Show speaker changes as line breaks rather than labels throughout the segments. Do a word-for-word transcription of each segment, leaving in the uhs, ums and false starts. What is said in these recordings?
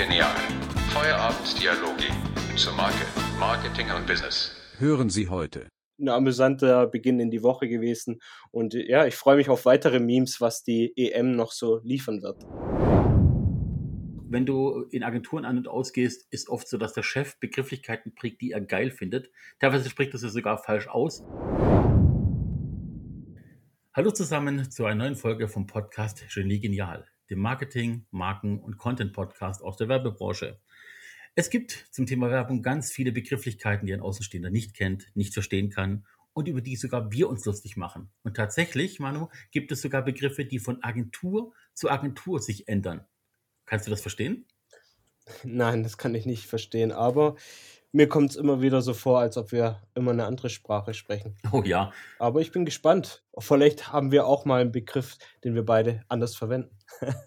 Genial. Feierabenddialoge zur Marke, Marketing und Business.
Hören Sie heute.
Ein amüsanter Beginn in die Woche gewesen. Und ja, ich freue mich auf weitere Memes, was die E M noch so liefern wird.
Wenn du in Agenturen an- und ausgehst, ist oft so, dass der Chef Begrifflichkeiten prägt, die er geil findet. Teilweise spricht das ja sogar falsch aus. Hallo zusammen zu einer neuen Folge vom Podcast Genie Genial, dem Marketing-, Marken- und Content-Podcast aus der Werbebranche. Es gibt zum Thema Werbung ganz viele Begrifflichkeiten, die ein Außenstehender nicht kennt, nicht verstehen kann und über die sogar wir uns lustig machen. Und tatsächlich, Manu, gibt es sogar Begriffe, die von Agentur zu Agentur sich ändern. Kannst du das verstehen?
Nein, das kann ich nicht verstehen, aber mir kommt es immer wieder so vor, als ob wir immer eine andere Sprache sprechen.
Oh ja,
Aber ich bin gespannt. Vielleicht haben wir auch mal einen Begriff, den wir beide anders verwenden.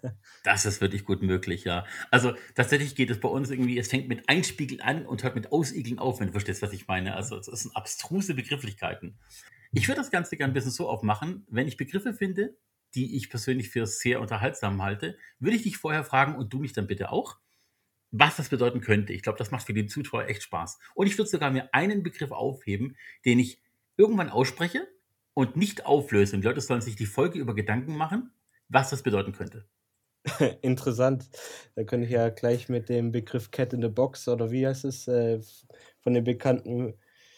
das ist wirklich gut möglich, ja. Also tatsächlich geht es bei uns irgendwie, es fängt mit Einspiegeln an und hört mit Ausigeln auf, wenn du verstehst, was ich meine. Also es sind abstruse Begrifflichkeiten. Ich würde das Ganze gerne ein bisschen so aufmachen, wenn ich Begriffe finde, die ich persönlich für sehr unterhaltsam halte, würde ich dich vorher fragen und du mich dann bitte auch, was das bedeuten könnte. Ich glaube, das macht für die Zuschauer echt Spaß. Und ich würde sogar mir einen Begriff aufheben, den ich irgendwann ausspreche und nicht auflöse. Und die Leute sollen sich die Folge über Gedanken machen, was das bedeuten könnte.
Interessant. Da könnte ich ja gleich mit dem Begriff Cat in the Box oder wie heißt es, äh, von den bekannten,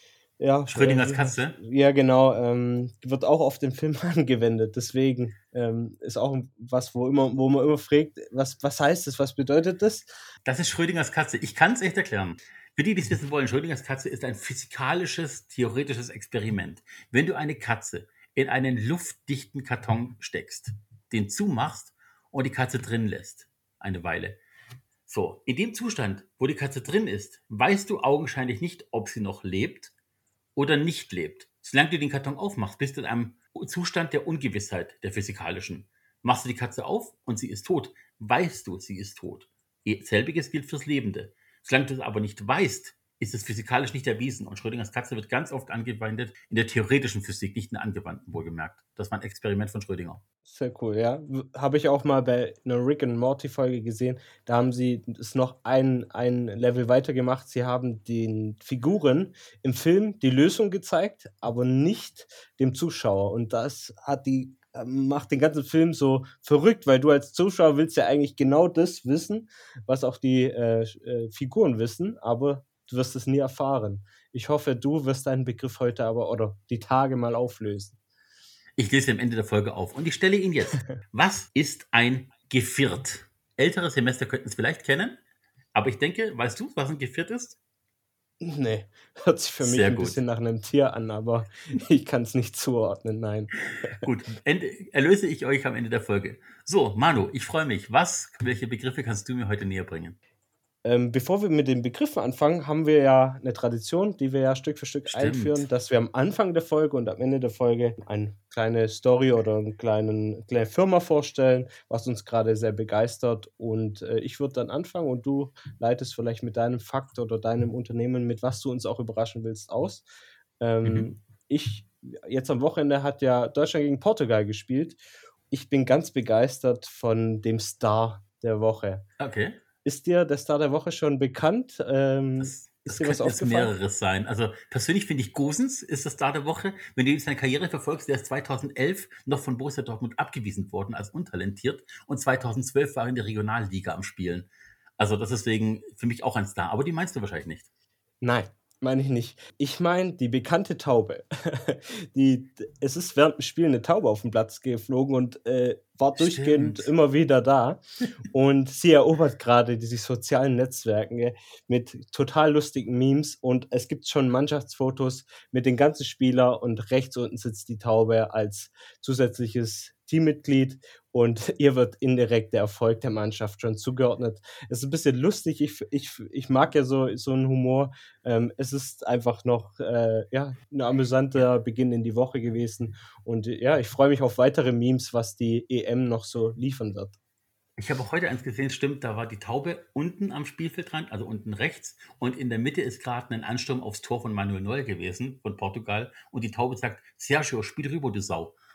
ja,
Schrödingers
äh, wie
Katze?
heißt- ja genau, ähm, wird auch auf den Film angewendet. Deswegen ähm, ist auch was, wo immer, wo man immer fragt, was, was heißt das, was bedeutet das?
Das ist Schrödingers Katze. Ich kann es echt erklären. Für die, die es wissen wollen, Schrödingers Katze ist ein physikalisches, theoretisches Experiment. Wenn du eine Katze in einen luftdichten Karton steckst, den zumachst und die Katze drin lässt, eine Weile. So, in dem Zustand, wo die Katze drin ist, weißt du augenscheinlich nicht, ob sie noch lebt oder nicht lebt. Solange du den Karton aufmachst, bist du in einem Zustand der Ungewissheit, der physikalischen. Machst du die Katze auf und sie ist tot, weißt du, sie ist tot. Selbiges gilt fürs Lebende. Solange du es aber nicht weißt, ist es physikalisch nicht erwiesen. Und Schrödingers Katze wird ganz oft angewendet in der theoretischen Physik, nicht in der angewandten, wohlgemerkt. Das war ein Experiment von Schrödinger.
Sehr cool, ja. Habe ich auch mal bei einer Rick and Morty Folge gesehen. Da haben sie es noch ein, ein Level weiter gemacht. Sie haben den Figuren im Film die Lösung gezeigt, aber nicht dem Zuschauer. Und das hat die äh, macht den ganzen Film so verrückt, weil du als Zuschauer willst ja eigentlich genau das wissen, was auch die äh, äh, Figuren wissen, aber du wirst es nie erfahren. Ich hoffe, du wirst deinen Begriff heute aber oder die Tage mal auflösen.
Ich lese am Ende der Folge auf und ich stelle ihn jetzt. Was ist ein Geviert? Ältere Semester könnten es vielleicht kennen, aber ich denke, weißt du, was ein Geviert ist?
Nee, hört sich für mich
Sehr
ein
gut.
bisschen nach einem Tier an, aber ich kann es nicht zuordnen, nein.
Gut, Ende, erlöse ich euch am Ende der Folge. So, Manu, ich freue mich. Was, welche Begriffe kannst du mir heute näher bringen?
Ähm, bevor wir mit den Begriffen anfangen, haben wir ja eine Tradition, die wir ja Stück für Stück
Stimmt.
einführen, dass wir am Anfang der Folge und am Ende der Folge eine kleine Story oder eine kleine, kleine Firma vorstellen, was uns gerade sehr begeistert. Und äh, ich würde dann anfangen und du leitest vielleicht mit deinem Fakt oder deinem Unternehmen, mit was du uns auch überraschen willst, aus. Ähm,
Mhm.
Ich, jetzt am Wochenende hat ja Deutschland gegen Portugal gespielt. Ich bin ganz begeistert von dem Star der Woche.
Okay.
Ist dir der Star der Woche schon bekannt? Ähm,
Das, das
ist dir was
könnten jetzt
aufgefallen?
mehreres sein. Also persönlich finde ich Gosens ist das Star der Woche. Wenn du seine Karriere verfolgst, der ist zweitausendelf noch von Borussia Dortmund abgewiesen worden als untalentiert und zweitausendzwölf war er in der Regionalliga am Spielen. Also das ist deswegen für mich auch ein Star. Aber die meinst du wahrscheinlich nicht.
Nein, meine ich nicht. Ich meine die bekannte Taube. Die, es ist während dem Spiel eine Taube auf den Platz geflogen und äh, war durchgehend
Stimmt.
immer wieder da. Und sie erobert gerade diese sozialen Netzwerke mit total lustigen Memes. Und es gibt schon Mannschaftsfotos mit den ganzen Spielern und rechts unten sitzt die Taube als zusätzliches Teammitglied und ihr wird indirekt der Erfolg der Mannschaft schon zugeordnet. Es ist ein bisschen lustig. Ich, ich, ich mag ja so, so einen Humor. Ähm, es ist einfach noch äh, ja, ein amüsanter Beginn in die Woche gewesen. Und äh, ja, ich freue mich auf weitere Memes, was die E M noch so liefern wird.
Ich habe auch heute eins gesehen, stimmt, da war die Taube unten am Spielfeldrand, also unten rechts, und in der Mitte ist gerade ein Ansturm aufs Tor von Manuel Neuer gewesen, von Portugal, und die Taube sagt, Sergio, spiel rüber, du Sau.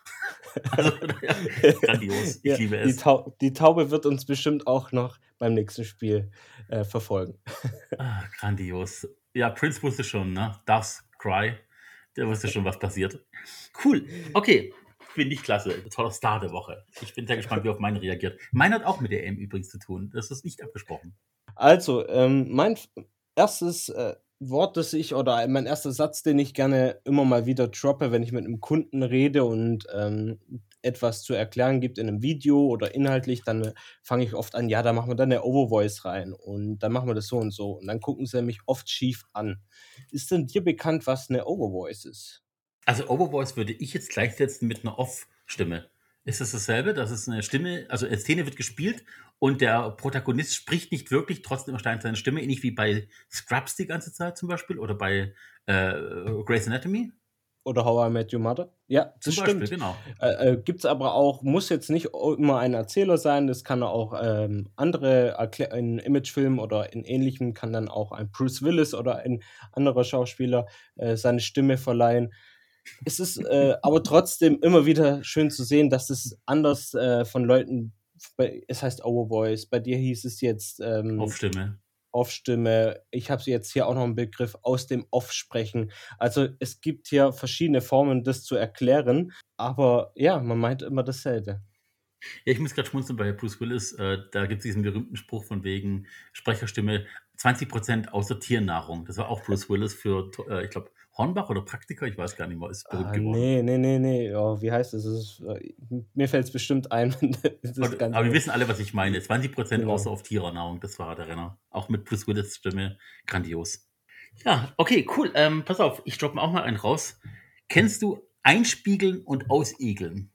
Also, ja, grandios. Ich
Ja,
liebe
die,
es.
Tau die Taube wird uns bestimmt auch noch beim nächsten Spiel äh, verfolgen.
Ah, grandios. Ja, Prince wusste schon, ne? Doves Cry. Der wusste schon, was passiert. Cool. Okay. Finde ich klasse. Toller Star der Woche. Ich bin sehr gespannt, wie auf meinen reagiert. Mein hat auch mit der E M übrigens zu tun. Das ist nicht abgesprochen.
Also, ähm, mein f- erstes äh, Wort, das ich oder mein erster Satz, den ich gerne immer mal wieder droppe, wenn ich mit einem Kunden rede und ähm, etwas zu erklären gibt in einem Video oder inhaltlich, dann äh, fange ich oft an, ja, da machen wir dann eine Overvoice rein und dann machen wir das so und so. Und dann gucken sie mich oft schief an. Ist denn dir bekannt, was eine Overvoice ist?
Also Overvoice würde ich jetzt gleichsetzen mit einer Off-Stimme. Ist es dasselbe? Das ist eine Stimme, also eine Szene wird gespielt und der Protagonist spricht nicht wirklich, trotzdem erscheint seine Stimme, ähnlich wie bei Scrubs die ganze Zeit zum Beispiel oder bei äh, Grey's Anatomy
Oder How I Met Your Mother? Ja, das
zum Beispiel,
stimmt.
genau.
Äh, äh, gibt's aber auch, muss jetzt nicht o- immer ein Erzähler sein, das kann auch ähm, andere, Erklä in Imagefilmen oder in Ähnlichem kann dann auch ein Bruce Willis oder ein anderer Schauspieler äh, seine Stimme verleihen. Es ist äh, aber trotzdem immer wieder schön zu sehen, dass es anders äh, von Leuten, bei, es heißt Overvoice, bei dir hieß es jetzt ähm,
Off-Stimme.
Off-Stimme. Ich habe jetzt hier auch noch einen Begriff aus dem Off-Sprechen. Also es gibt hier verschiedene Formen, das zu erklären, aber ja, man meint immer dasselbe.
Ja, ich muss gerade schmunzeln bei Bruce Willis. Äh, da gibt es diesen berühmten Spruch von wegen Sprecherstimme zwanzig Prozent außer Tiernahrung. Das war auch Bruce Willis für, äh, ich glaube, Hornbach oder Praktiker, ich weiß gar nicht mehr, ist berühmt
Ah,
geworden.
nee, nee, nee, nee. Oh, wie heißt es? Es ist, äh, mir fällt es bestimmt ein, wenn das
Und,
Ganze.
aber wir wissen alle, was ich meine. zwanzig Prozent
Genau.
außer auf Tiernahrung, das war der Renner. Auch mit Bruce Willis Stimme, grandios. Ja, okay, cool. Ähm, pass auf, ich droppe auch mal einen raus. Kennst du Einspiegeln und Ausigeln?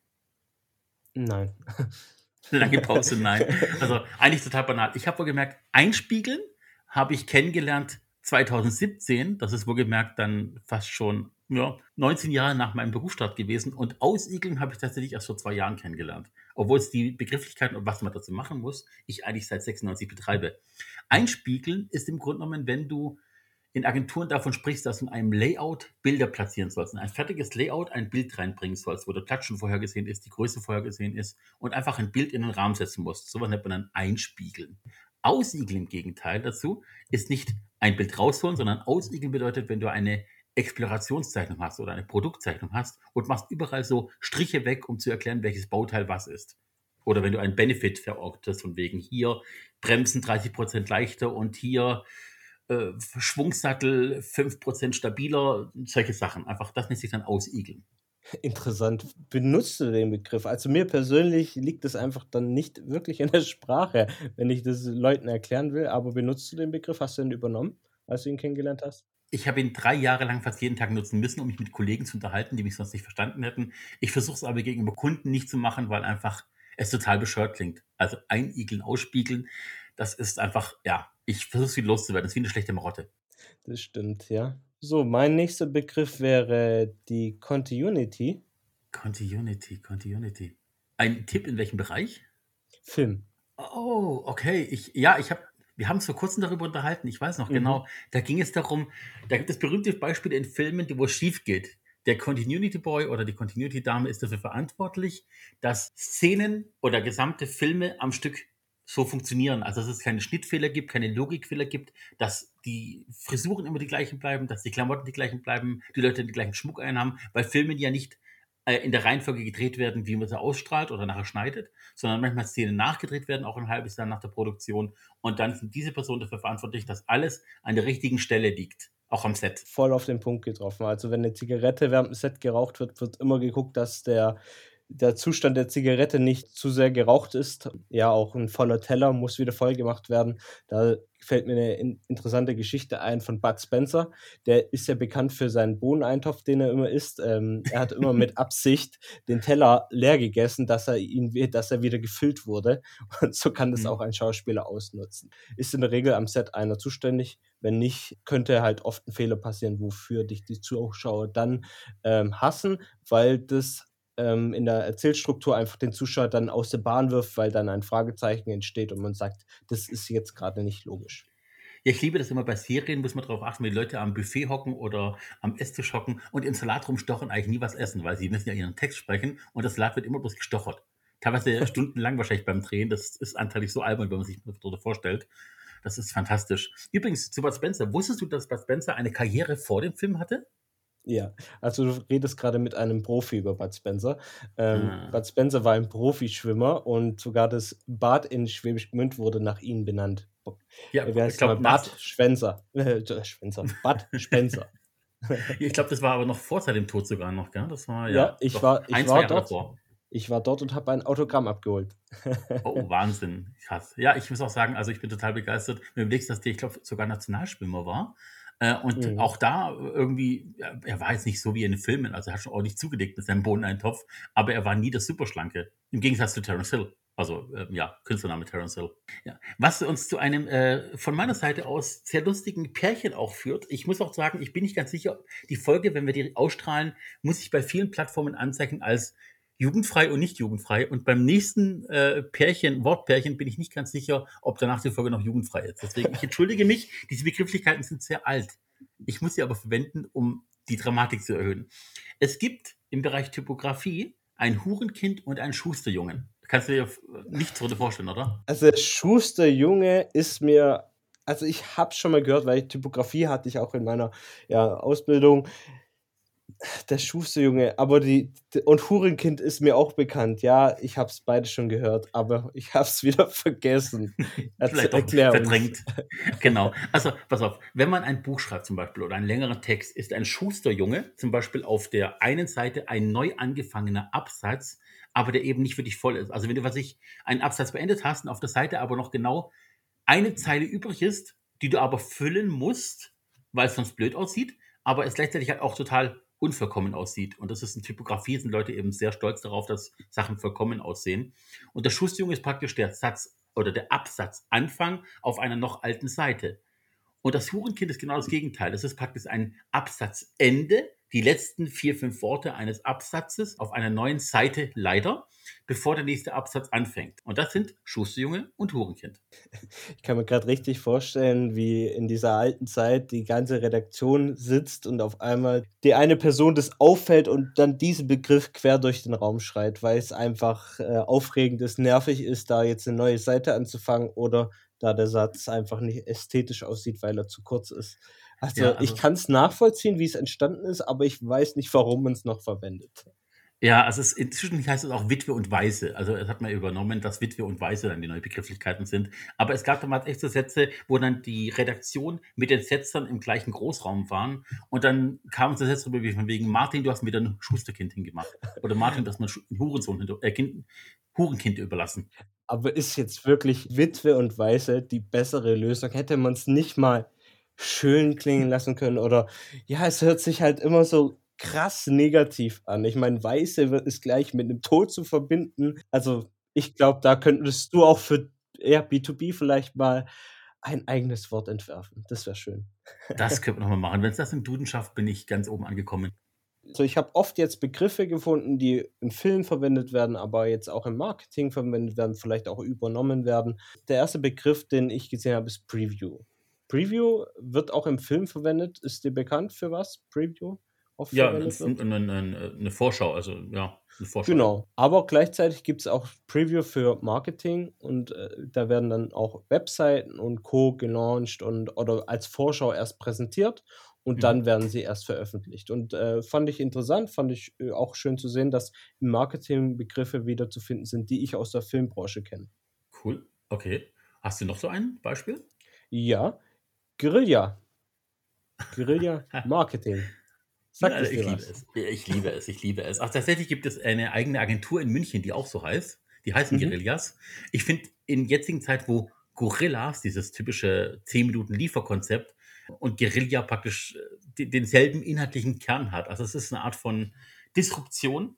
Nein.
Lange Pause, nein. Also eigentlich total banal. Ich habe wohl gemerkt, Einspiegeln habe ich kennengelernt zwanzig siebzehn. Das ist wohl gemerkt dann fast schon ja, neunzehn Jahre nach meinem Berufsstart gewesen. Und Ausigeln habe ich tatsächlich erst vor zwei Jahren kennengelernt. Obwohl es die Begrifflichkeiten und was man dazu machen muss, ich eigentlich seit sechsundneunzig betreibe. Einspiegeln ist im Grunde genommen, wenn du in Agenturen davon sprichst, dass du in einem Layout Bilder platzieren sollst. In ein fertiges Layout ein Bild reinbringen sollst, wo der Platz schon vorhergesehen ist, die Größe vorhergesehen ist und einfach ein Bild in den Rahmen setzen musst. Sowas nennt man dann Einspiegeln. Aussiegeln im Gegenteil dazu ist nicht ein Bild rausholen, sondern Aussiegeln bedeutet, wenn du eine Explorationszeichnung hast oder eine Produktzeichnung hast und machst überall so Striche weg, um zu erklären, welches Bauteil was ist. Oder wenn du einen Benefit verortest, von wegen hier Bremsen dreißig Prozent leichter und hier äh, Schwungsattel fünf Prozent stabiler, solche Sachen. Einfach, das nennt sich dann Ausigeln.
Interessant. Benutzt du den Begriff? Also mir persönlich liegt es einfach dann nicht wirklich in der Sprache, wenn ich das Leuten erklären will, aber benutzt du den Begriff? Hast du ihn übernommen, als du ihn kennengelernt hast?
Ich habe ihn drei Jahre lang fast jeden Tag nutzen müssen, um mich mit Kollegen zu unterhalten, die mich sonst nicht verstanden hätten. Ich versuche es aber gegenüber Kunden nicht zu machen, weil einfach es total bescheuert klingt. Also einigeln, ausspiegeln, das ist einfach, ja, ich versuche es wieder loszuwerden. Das ist wie eine schlechte Marotte.
Das stimmt, ja. So, mein nächster Begriff wäre die Continuity.
Continuity, Continuity. Ein Tipp in welchem Bereich?
Film.
Oh, okay. Ich, ja, ich habe, wir haben uns vor kurzem darüber unterhalten. Ich weiß noch
Mhm.
genau. Da ging es darum, da gibt es berühmte Beispiele in Filmen, die- wo es schief geht. Der Continuity Boy oder die Continuity Dame ist dafür verantwortlich, dass Szenen oder gesamte Filme am Stück so funktionieren. Also, dass es keine Schnittfehler gibt, keine Logikfehler gibt, dass die Frisuren immer die gleichen bleiben, dass die Klamotten die gleichen bleiben, die Leute den gleichen Schmuck einhaben, weil Filme ja nicht äh, in der Reihenfolge gedreht werden, wie man sie ausstrahlt oder nachher schneidet, sondern manchmal Szenen nachgedreht werden, auch ein halbes Jahr nach der Produktion. Und dann sind diese Personen dafür verantwortlich, dass alles an der richtigen Stelle liegt, auch am Set.
Voll auf den Punkt getroffen. Also, wenn eine Zigarette während dem Set geraucht wird, wird immer geguckt, dass der der Zustand der Zigarette nicht zu sehr geraucht ist. Ja, auch ein voller Teller muss wieder voll gemacht werden. Da fällt mir eine in interessante Geschichte ein von Bud Spencer. Der ist ja bekannt für seinen Bohneneintopf, den er immer isst. Ähm, er hat immer mit Absicht den Teller leer gegessen, dass er ihn wi dass er wieder gefüllt wurde. Und so kann das
Mhm.
auch ein Schauspieler ausnutzen. Ist in der Regel am Set einer zuständig. Wenn nicht, könnte halt oft ein Fehler passieren, wofür dich die Zuschauer dann, ähm, hassen, weil das, ähm, in der Erzählstruktur einfach den Zuschauer dann aus der Bahn wirft, weil dann ein Fragezeichen entsteht und man sagt: „Das ist jetzt gerade nicht logisch.“
Ja, ich liebe das immer bei Serien, muss man darauf achten, wenn die Leute am Buffet hocken oder am Esstisch hocken und im Salat rumstochern, eigentlich nie was essen, weil sie müssen ja ihren Text sprechen und das Salat wird immer bloß gestochert. Teilweise stundenlang wahrscheinlich beim Drehen. Das ist anteilig so albern, wenn man sich das darunter vorstellt. Das ist fantastisch. Übrigens, zu Bud Spencer. Wusstest du, dass Bud Spencer eine Karriere vor dem Film hatte?
Ja, also du redest gerade mit einem Profi über Bud Spencer. Ähm,
Ah.
Bud Spencer war ein Profischwimmer und sogar das Bad in Schwäbisch Gmünd wurde nach ihm benannt. B
Ja,
äh, wie
ich
heißt nochmal?
glaube, nach,
Bad Schwenzer. Äh, Schwenzer. Bud Spencer.
ich glaube, das war aber noch vor seinem Tod sogar noch, gell? Das war
Ja,
ja
ich
doch
war ich
ein, zwei
war
Jahre
dort.
davor.
Ich war dort und habe ein Autogramm abgeholt.
Oh, Wahnsinn. Krass. Ja, ich muss auch sagen, also ich bin total begeistert. Wenn du überlegst, dass der, ich glaube, sogar Nationalschwimmer war. Äh, und
Mhm.
auch da irgendwie, ja, er war jetzt nicht so wie in den Filmen, also er hat schon ordentlich zugelegt mit seinem Bohneneintopf, aber er war nie der Superschlanke. Im Gegensatz zu Terence Hill. Also, ähm, ja, Künstlername Terence Hill. Ja. Was uns zu einem äh, von meiner Seite aus sehr lustigen Pärchen auch führt. Ich muss auch sagen, ich bin nicht ganz sicher, die Folge, wenn wir die ausstrahlen, muss ich bei vielen Plattformen anzeigen als jugendfrei und nicht jugendfrei. Und beim nächsten äh, Pärchen, Wortpärchen, bin ich nicht ganz sicher, ob danach die Folge noch jugendfrei ist. Deswegen, ich entschuldige mich, diese Begrifflichkeiten sind sehr alt. Ich muss sie aber verwenden, um die Dramatik zu erhöhen. Es gibt im Bereich Typografie ein Hurenkind und einen Schusterjungen. Kannst du dir f- nichts darunter vorstellen, oder?
Also Schusterjunge ist mir also ich habe schon mal gehört, weil Typografie hatte ich auch in meiner, ja, Ausbildung. Der Schusterjunge, aber die d und Hurenkind ist mir auch bekannt. Ja, ich habe es beide schon gehört, aber ich habe es wieder vergessen. Erz
Vielleicht auch
erklär uns.
verdrängt. Genau. Also, pass auf, wenn man ein Buch schreibt zum Beispiel oder einen längeren Text, ist ein Schusterjunge zum Beispiel auf der einen Seite ein neu angefangener Absatz, aber der eben nicht für dich voll ist. Also wenn du, was ich, einen Absatz beendet hast und auf der Seite aber noch genau eine Zeile übrig ist, die du aber füllen musst, weil es sonst blöd aussieht, aber es gleichzeitig halt auch total unvollkommen aussieht. Und das ist in Typografie, sind Leute eben sehr stolz darauf, dass Sachen vollkommen aussehen. Und der Schusterjunge ist praktisch der Satz oder der Absatzanfang auf einer noch alten Seite. Und das Hurenkind ist genau das Gegenteil. Das ist praktisch ein Absatzende, die letzten vier, fünf Worte eines Absatzes auf einer neuen Seite leider, bevor der nächste Absatz anfängt. Und das sind Schusterjunge und Hurenkind.
Ich kann mir grad richtig vorstellen, wie in dieser alten Zeit die ganze Redaktion sitzt und auf einmal die eine Person das auffällt und dann diesen Begriff quer durch den Raum schreit, weil's einfach, äh, aufregend ist, nervig ist, da jetzt 'ne neue Seite anzufangen oder da der Satz einfach nicht ästhetisch aussieht, weil er zu kurz ist.
Ja,
Also, ich
also
kann's nachvollziehen, wie's entstanden ist, aber ich weiß nicht, warum man's noch verwendet.
Ja, also es inzwischen heißt es auch Witwe und Waise. Also, es hat man übernommen, dass Witwe und Waise dann die neuen Begrifflichkeiten sind. Aber es gab damals echt so Sätze, wo dann die Redaktion mit den Setzern im gleichen Großraum waren und dann kamen so Sätze drüber wie von wegen: „Martin, du hast mir wieder 'n Schusterkind hingemacht.“ Oder „Martin, du hast mir 'n Schu 'n Hurensohn hinter äh, Kind Hurenkind überlassen.“
Aber ist jetzt wirklich Witwe und Waise die bessere Lösung? Hätte man's nicht mal schön klingen lassen können oder ja, es hört sich halt immer so krass negativ an. Ich meine, Waise wird ist gleich mit 'nem Tod zu verbinden. Also, ich glaube, da könntest du auch für, ja, B zwei B vielleicht mal ein eigenes Wort entwerfen. Das wäre schön.
Das könnten wir noch mal machen. Wenn's das im Duden schafft, bin ich ganz oben angekommen.
So, ich habe oft jetzt Begriffe gefunden, die im Film verwendet werden, aber jetzt auch im Marketing verwendet werden, vielleicht auch übernommen werden. Der erste Begriff, den ich gesehen habe, ist Preview. Preview wird auch im Film verwendet. Ist dir bekannt, für was Preview oft
Ja, 'n
verwendet
F
wird?
'n 'n 'n äh, 'ne Vorschau, also ja, 'ne Vorschau, ja.
Genau, aber gleichzeitig gibt's auch Preview für Marketing und, äh, da werden dann auch Webseiten und Co. gelauncht und oder als Vorschau erst präsentiert und
Mhm.
dann werden sie erst veröffentlicht. Und, äh, fand ich interessant, fand ich, äh, auch schön zu sehen, dass im Marketing Begriffe wiederzufinden sind, die ich aus der Filmbranche kenne.
Cool, okay. Hast du noch so ein Beispiel?
Ja, Guerilla. Guerilla Marketing. Sagt
Ja,
es
ich
dir
liebe
was?
es. Ja, ich liebe es, ich liebe es. Ach, tatsächlich gibt es eine eigene Agentur in München, die auch so heißt. Die heißen
Mhm.
Guerillas. Ich finde, in jetzigen Zeit, wo Gorillas, dieses typische zehn Minuten Lieferkonzept und Guerilla praktisch, äh, de denselben inhaltlichen Kern hat. Also, es ist 'ne Art von Disruption,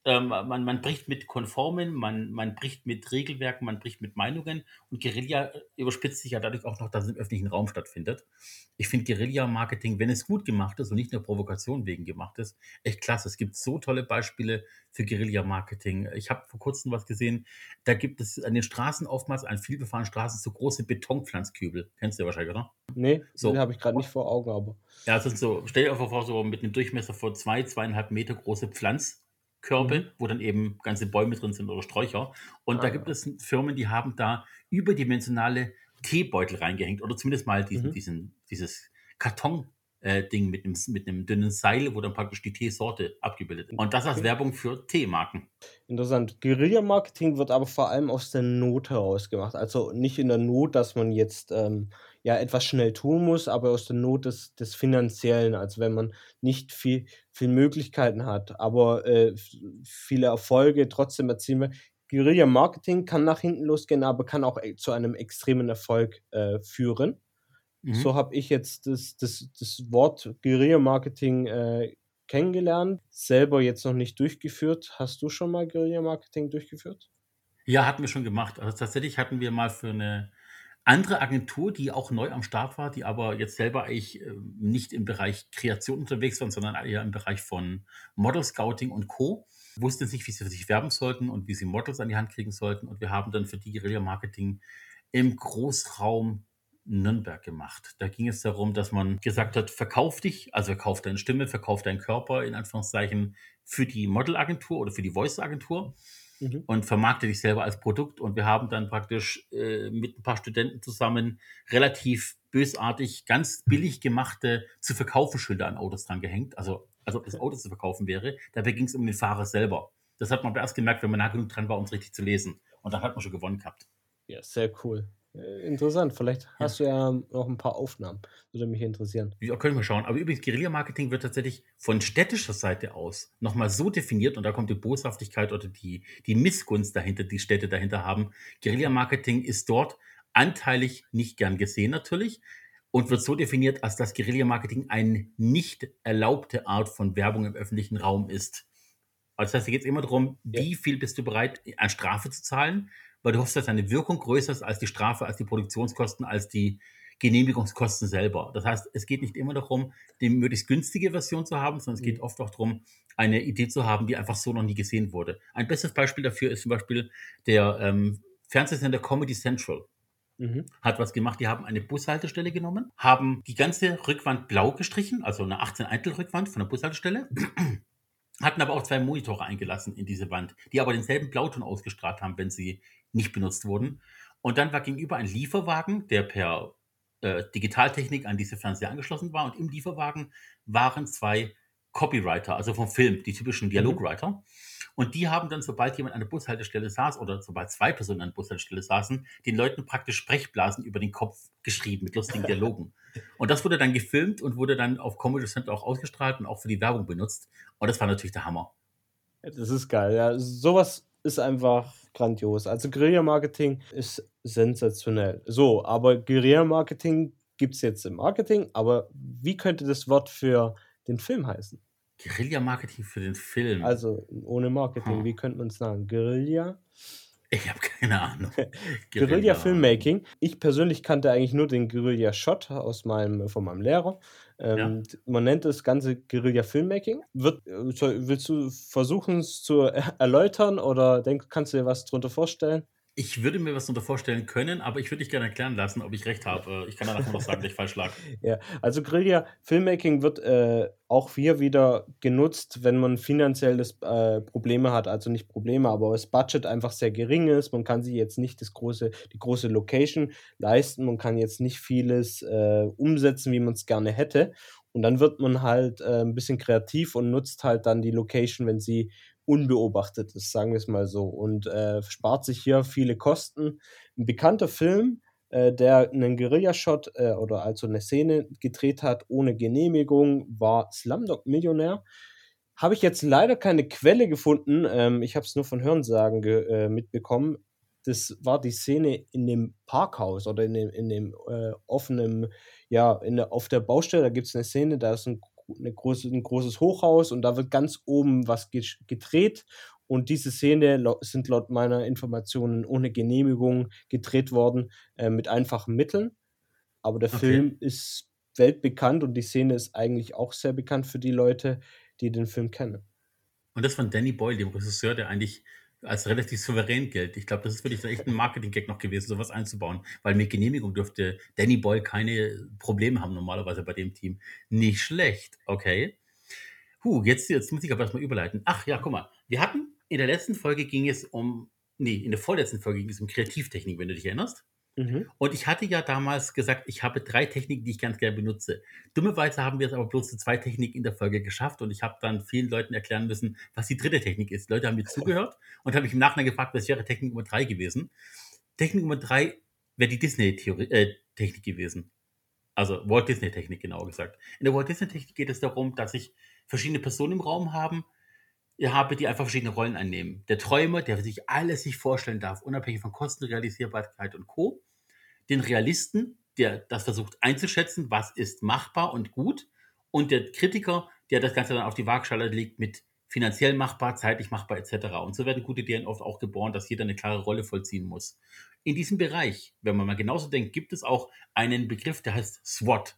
Ähm, man, man bricht mit Konformen, man, man bricht mit Regelwerken, man bricht mit Meinungen und Guerilla äh, überspitzt sich ja dadurch auch noch, dass es im öffentlichen Raum stattfindet. Ich finde Guerilla-Marketing, wenn es gut gemacht ist und nicht nur Provokation wegen gemacht ist, echt klasse. Es gibt so tolle Beispiele für Guerilla-Marketing. Ich habe vor kurzem was gesehen, da gibt es an den Straßen oftmals, an vielbefahrenen Straßen, so große Betonpflanzkübel. Kennst du ja wahrscheinlich, oder?
Nee, den
So,
habe ich gerade nicht vor Augen, aber.
ja, es sind so, stell dir einfach vor, so mit einem Durchmesser von zwei, zweieinhalb Meter große Pflanzkörbe,
Mhm.
wo dann eben ganze Bäume drin sind oder Sträucher. Und da gibt
Ah,
es Firmen, die haben da überdimensionale Teebeutel reingehängt oder zumindest mal diesen,
mhm.
diesen, dieses Karton. Äh, Ding mit einem, mit einem dünnen Seil, wo dann praktisch die Teesorte abgebildet ist. Und das als
Okay.
Werbung für Teemarken.
Interessant. Guerilla-Marketing wird aber vor allem aus der Not heraus gemacht. Also nicht in der Not, dass man jetzt ähm, ja etwas schnell tun muss, aber aus der Not des, des Finanziellen. Also wenn man nicht viel, viel Möglichkeiten hat, aber äh, f- viele Erfolge trotzdem erzielen will. Guerilla-Marketing kann nach hinten losgehen, aber kann auch e- zu einem extremen Erfolg äh, führen. So
Mhm.
habe ich jetzt das, das, das Wort Guerilla-Marketing äh, kennengelernt, selber jetzt noch nicht durchgeführt. Hast du schon mal Guerilla-Marketing durchgeführt?
Ja, hatten wir schon gemacht. Also tatsächlich hatten wir mal für eine andere Agentur, die auch neu am Start war, die aber jetzt selber eigentlich ähm, nicht im Bereich Kreation unterwegs waren, sondern eher im Bereich von Model Scouting und Co. Wussten nicht, wie sie für sich werben sollten und wie sie Models an die Hand kriegen sollten. Und wir haben dann für die Guerilla Marketing im Großraum Nürnberg gemacht. Da ging es darum, dass man gesagt hat, verkauf dich, also verkauf deine Stimme, verkauf deinen Körper in Anführungszeichen für die Modelagentur oder für die Voice-Agentur
Mhm.
und vermarkte dich selber als Produkt. Und wir haben dann praktisch äh, mit ein paar Studenten zusammen relativ bösartig, ganz billig gemachte zu verkaufen Schilder an Autos dran gehängt. Also, als ob das Auto zu verkaufen wäre. Dabei ging es um den Fahrer selber. Das hat man aber erst gemerkt, wenn man nah genug dran war, um es richtig zu lesen. Und dann hat man schon gewonnen gehabt.
Ja, sehr cool. Äh, interessant. Vielleicht
Ja.
hast du ja noch ein paar Aufnahmen. Würde mich interessieren.
Ja, können wir schauen. Aber übrigens, Guerilla-Marketing wird tatsächlich von städtischer Seite aus nochmal so definiert, und da kommt die Boshaftigkeit oder die, die Missgunst dahinter, die Städte dahinter haben. Guerilla-Marketing ist dort anteilig nicht gern gesehen natürlich und wird so definiert, als dass Guerilla-Marketing eine nicht erlaubte Art von Werbung im öffentlichen Raum ist. Also das heißt, hier geht es immer darum,
Ja.
wie viel bist du bereit, an Strafe zu zahlen, weil du hoffst, dass deine Wirkung größer ist als die Strafe, als die Produktionskosten, als die Genehmigungskosten selber. Das heißt, es geht nicht immer darum, die möglichst günstige Version zu haben, sondern es geht
Mhm.
oft auch darum, eine Idee zu haben, die einfach so noch nie gesehen wurde. Ein bestes Beispiel dafür ist zum Beispiel der ähm, Fernsehsender Comedy Central.
Mhm.
Hat was gemacht, die haben eine Bushaltestelle genommen, haben die ganze Rückwand blau gestrichen, also eine achtzehn Eintel Rückwand von der Bushaltestelle, hatten aber auch zwei Monitore eingelassen in diese Wand, die aber denselben Blauton ausgestrahlt haben, wenn sie nicht benutzt wurden. Und dann war gegenüber ein Lieferwagen, der per äh, Digitaltechnik an diese Fernseher angeschlossen war. Und im Lieferwagen waren zwei Copywriter, also vom Film, die typischen
Mhm.
Dialogwriter. Und die haben dann, sobald jemand an der Bushaltestelle saß oder sobald zwei Personen an der Bushaltestelle saßen, den Leuten praktisch Sprechblasen über den Kopf geschrieben mit lustigen Dialogen. Und das wurde dann gefilmt und wurde dann auf Comedy Center auch ausgestrahlt und auch für die Werbung benutzt. Und das war natürlich der Hammer.
Ja, das ist geil. Ja, sowas ist einfach grandios. Also Guerilla-Marketing ist sensationell. So, aber Guerilla-Marketing gibt es jetzt im Marketing, aber wie könnte das Wort für den Film heißen?
Guerilla-Marketing für den Film.
Also ohne Marketing,
Hm.
wie könnte man es sagen? Guerilla?
Ich habe keine Ahnung.
Guerilla
Guerilla.
Filmmaking. Ich persönlich kannte eigentlich nur den Guerilla Shot aus meinem, von meinem Lehrer.
Ja.
Ähm, man nennt das Ganze Guerilla Filmmaking. Wird, äh, soll, willst du versuchen, es zu er- erläutern oder denk, kannst du dir was drunter vorstellen?
Ich würde mir was darunter vorstellen können, aber ich würde dich gerne erklären lassen, ob ich recht
Ja.
habe. Ich kann danach nur noch sagen, dass ich falsch lag.
Ja, also Guerilla Filmmaking wird äh, auch hier wieder genutzt, wenn man finanzielles äh, Probleme hat. Also nicht Probleme, aber das Budget einfach sehr gering ist. Man kann sich jetzt nicht das große, die große Location leisten. Man kann jetzt nicht vieles äh, umsetzen, wie man es gerne hätte. Und dann wird man halt äh, ein bisschen kreativ und nutzt halt dann die Location, wenn sie unbeobachtet ist, sagen wir es mal so. Und äh, spart sich hier viele Kosten. Ein bekannter Film, äh, der einen Guerilla-Shot äh, oder also eine Szene gedreht hat ohne Genehmigung, war Slumdog Millionär. Habe ich jetzt leider keine Quelle gefunden. Ähm, ich habe es nur von Hörensagen ge äh, mitbekommen. Das war die Szene in dem Parkhaus oder in dem, in dem äh, offenen, ja, in der, auf der Baustelle. Da gibt es eine Szene, da ist ein, eine große, ein großes Hochhaus und da wird ganz oben was gesch- gedreht Und diese Szene lau sind laut meiner Informationen ohne Genehmigung gedreht worden, äh, mit einfachen Mitteln. Aber der
Okay.
Film ist weltbekannt und die Szene ist eigentlich auch sehr bekannt für die Leute, die den Film kennen.
Und das von Danny Boyle, dem Regisseur, der eigentlich als relativ souverän gilt. Ich glaube, das ist wirklich echt ein Marketing-Gag noch gewesen, sowas einzubauen, weil mit Genehmigung dürfte Danny Boyle keine Probleme haben, normalerweise bei dem Team. Nicht schlecht, okay. Huh, jetzt, jetzt muss ich aber erstmal überleiten. Ach ja, guck mal, wir hatten, in der letzten Folge ging es um, nee, in der vorletzten Folge ging es um Kreativtechnik, wenn du dich erinnerst.
Mhm.
Und ich hatte ja damals gesagt, ich habe drei Techniken, die ich ganz gerne benutze. Dummerweise haben wir es aber bloß zu zwei Techniken in der Folge geschafft und ich habe dann vielen Leuten erklären müssen, was die dritte Technik ist. Die Leute haben mir zugehört und habe mich im Nachhinein gefragt, was wäre Technik Nummer drei gewesen. Technik Nummer drei wäre die Disney-Technik äh, gewesen. Also Walt Disney-Technik, genauer gesagt. In der Walt Disney-Technik geht es darum, dass ich verschiedene Personen im Raum haben, ihr habe, die einfach verschiedene Rollen einnehmen. Der Träumer, der sich alles sich vorstellen darf, unabhängig von Kosten, Realisierbarkeit und Co. Den Realisten, der das versucht einzuschätzen, was ist machbar und gut. Und der Kritiker, der das Ganze dann auf die Waagschale legt mit finanziell machbar, zeitlich machbar et cetera. Und so werden gute Ideen oft auch geboren, dass jeder eine klare Rolle vollziehen muss. In diesem Bereich, wenn man mal genauso denkt, gibt es auch einen Begriff, der heißt SWOT.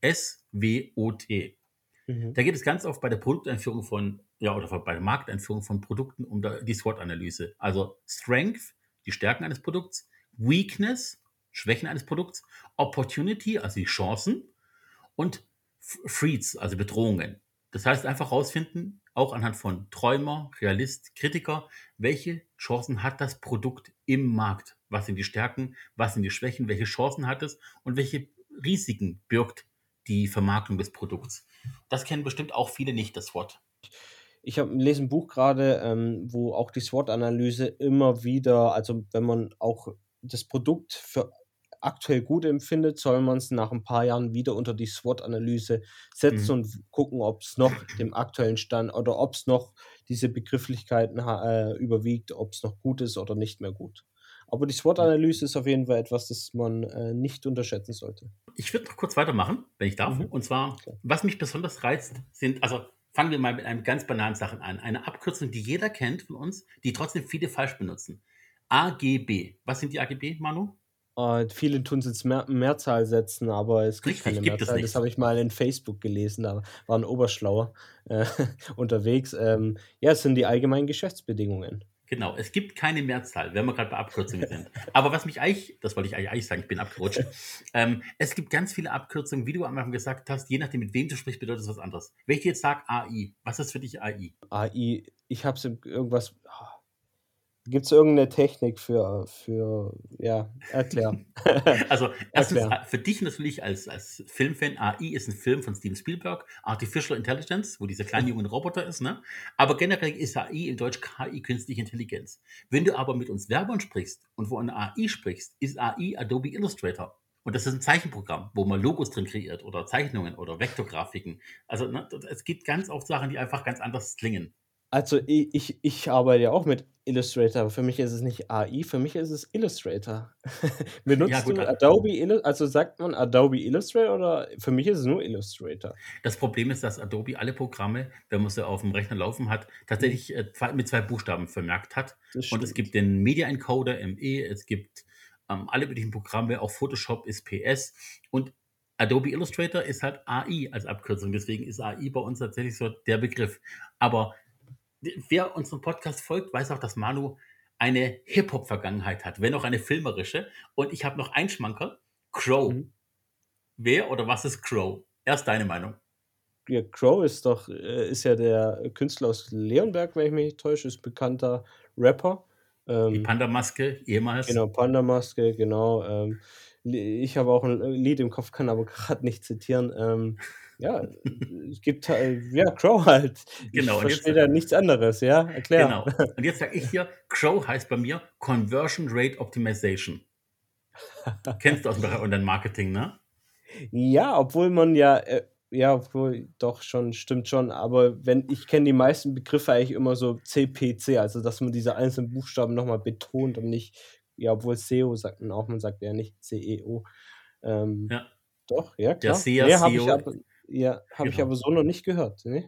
S W O T.
Mhm.
Da geht es ganz oft bei der Produkteinführung von, ja, oder bei der Markteinführung von Produkten um die SWOT-Analyse. Also Strength, die Stärken eines Produkts, Weakness, Schwächen eines Produkts, Opportunity, also die Chancen und Threats, also Bedrohungen. Das heißt, einfach rausfinden, auch anhand von Träumer, Realist, Kritiker, welche Chancen hat das Produkt im Markt? Was sind die Stärken, was sind die Schwächen, welche Chancen hat es und welche Risiken birgt die Vermarktung des Produkts? Das kennen bestimmt auch viele nicht, das SWOT.
Ich habe lese ein Buch gerade, ähm, wo auch die SWOT-Analyse immer wieder, also wenn man auch das Produkt für aktuell gut empfindet, soll man es nach ein paar Jahren wieder unter die SWOT-Analyse setzen
Mhm.
und w gucken, ob's noch dem aktuellen Stand oder ob's noch diese Begrifflichkeiten ha äh, überwiegt, ob's noch gut ist oder nicht mehr gut. Aber die
Ja.
SWOT-Analyse ist auf jeden Fall etwas, das man, äh, nicht unterschätzen sollte.
Ich würde noch kurz weitermachen, wenn ich darf.
Mhm.
Und zwar,
Klar.
was mich besonders reizt, sind, also fangen wir mal mit einem ganz banalen Sachen an. Eine Abkürzung, die jeder kennt von uns, die trotzdem viele falsch benutzen. A G B. Was sind die A G B, Manu?
Äh, viele tun's ins Mehr Mehrzahl setzen, aber es gibt keine
Richtig, gibt es
Mehrzahl. Das
nicht.
habe ich mal in Facebook gelesen, da war 'n Oberschlauer, äh, unterwegs. Ähm, ja, es sind die allgemeinen Geschäftsbedingungen.
Genau, es gibt keine Mehrzahl, wenn wir gerade bei Abkürzungen sind. Aber was mich eigentlich, das wollte ich eigentlich eigentlich sagen, ich bin abgerutscht. Ähm, es gibt ganz viele Abkürzungen, wie du am Anfang gesagt hast, je nachdem, mit wem du sprichst, bedeutet es was anderes. Wenn ich dir jetzt sage A I, was ist für dich A I?
A I, ich habe so irgendwas ah, gibt's irgend 'ne Technik für für ja, erklär.
Also erstens,
Erklär.
äh, für dich natürlich als, als Filmfan, A I ist ein Film von Steven Spielberg, Artificial Intelligence, wo dieser kleine junge Roboter ist, ne? Aber generell ist A I in Deutsch K I, künstliche Intelligenz. Wenn du aber mit uns Werbern sprichst und wo eine A I sprichst, ist A I Adobe Illustrator. Und das ist ein Zeichenprogramm, wo man Logos drin kreiert oder Zeichnungen oder Vektorgrafiken. Also ne, es gibt ganz oft Sachen, die einfach ganz anders klingen.
Also, i ich ich arbeite ja auch mit Illustrator, aber für mich ist es nicht A I, für mich ist es Illustrator.
Ja
Benutzt
gut,
du
äh,
Adobe Illu also, sagt man Adobe Illustrator oder für mich ist es nur Illustrator.
das Problem ist, dass Adobe alle Programme, wenn man sie auf dem Rechner laufen hat,
Mhm,
tatsächlich äh, zwei, mit zwei Buchstaben vermerkt hat.
das
Und es
stimmt.
gibt den Media Encoder, M E, es gibt ähm, alle möglichen Programme, auch Photoshop ist P S. Und Adobe Illustrator ist halt A I als Abkürzung. Deswegen ist A I bei uns tatsächlich so der Begriff. Aber wer unserem Podcast folgt, weiß auch, dass Manu eine Hip-Hop-Vergangenheit hat, wenn auch eine filmerische. Und ich habe noch einen Schmankerl. Crow.
Mhm.
Wer oder was ist Crow? Erst deine Meinung.
Ja, Crow ist doch äh, ist ja der Künstler aus Leonberg, wenn ich mich nicht täusche, ist bekannter Rapper.
Die
Ähm,
Panda-Maske, ehemals.
genau, Panda-Maske, genau. Ähm, Li ich habe auch 'n Lied im Kopf, kann aber grad nicht zitieren. Ähm, ja, es gibt halt ja, Crow halt. Ich
Genau, und jetzt,
verstehe da nichts anderes, ja? Erklär.
genau. Und jetzt sage ich dir, Crow heißt bei mir Conversion Rate Optimization. Kennst du aus dem Bereich Online-Marketing, ne?
Ja, obwohl man ja, äh ja, obwohl doch schon, stimmt schon, aber wenn ich kenne die meisten Begriffe eigentlich immer so C P C, also dass man diese einzelnen Buchstaben noch mal betont und nicht ja, obwohl S E O sagt man auch, man sagt ja nicht C E O. Ähm,
Ja,
doch, ja
der
klar.
SEA,
Ne, habe ich
SEO,
aber ja, habe ich
genau.
aber so noch nicht gehört, ne?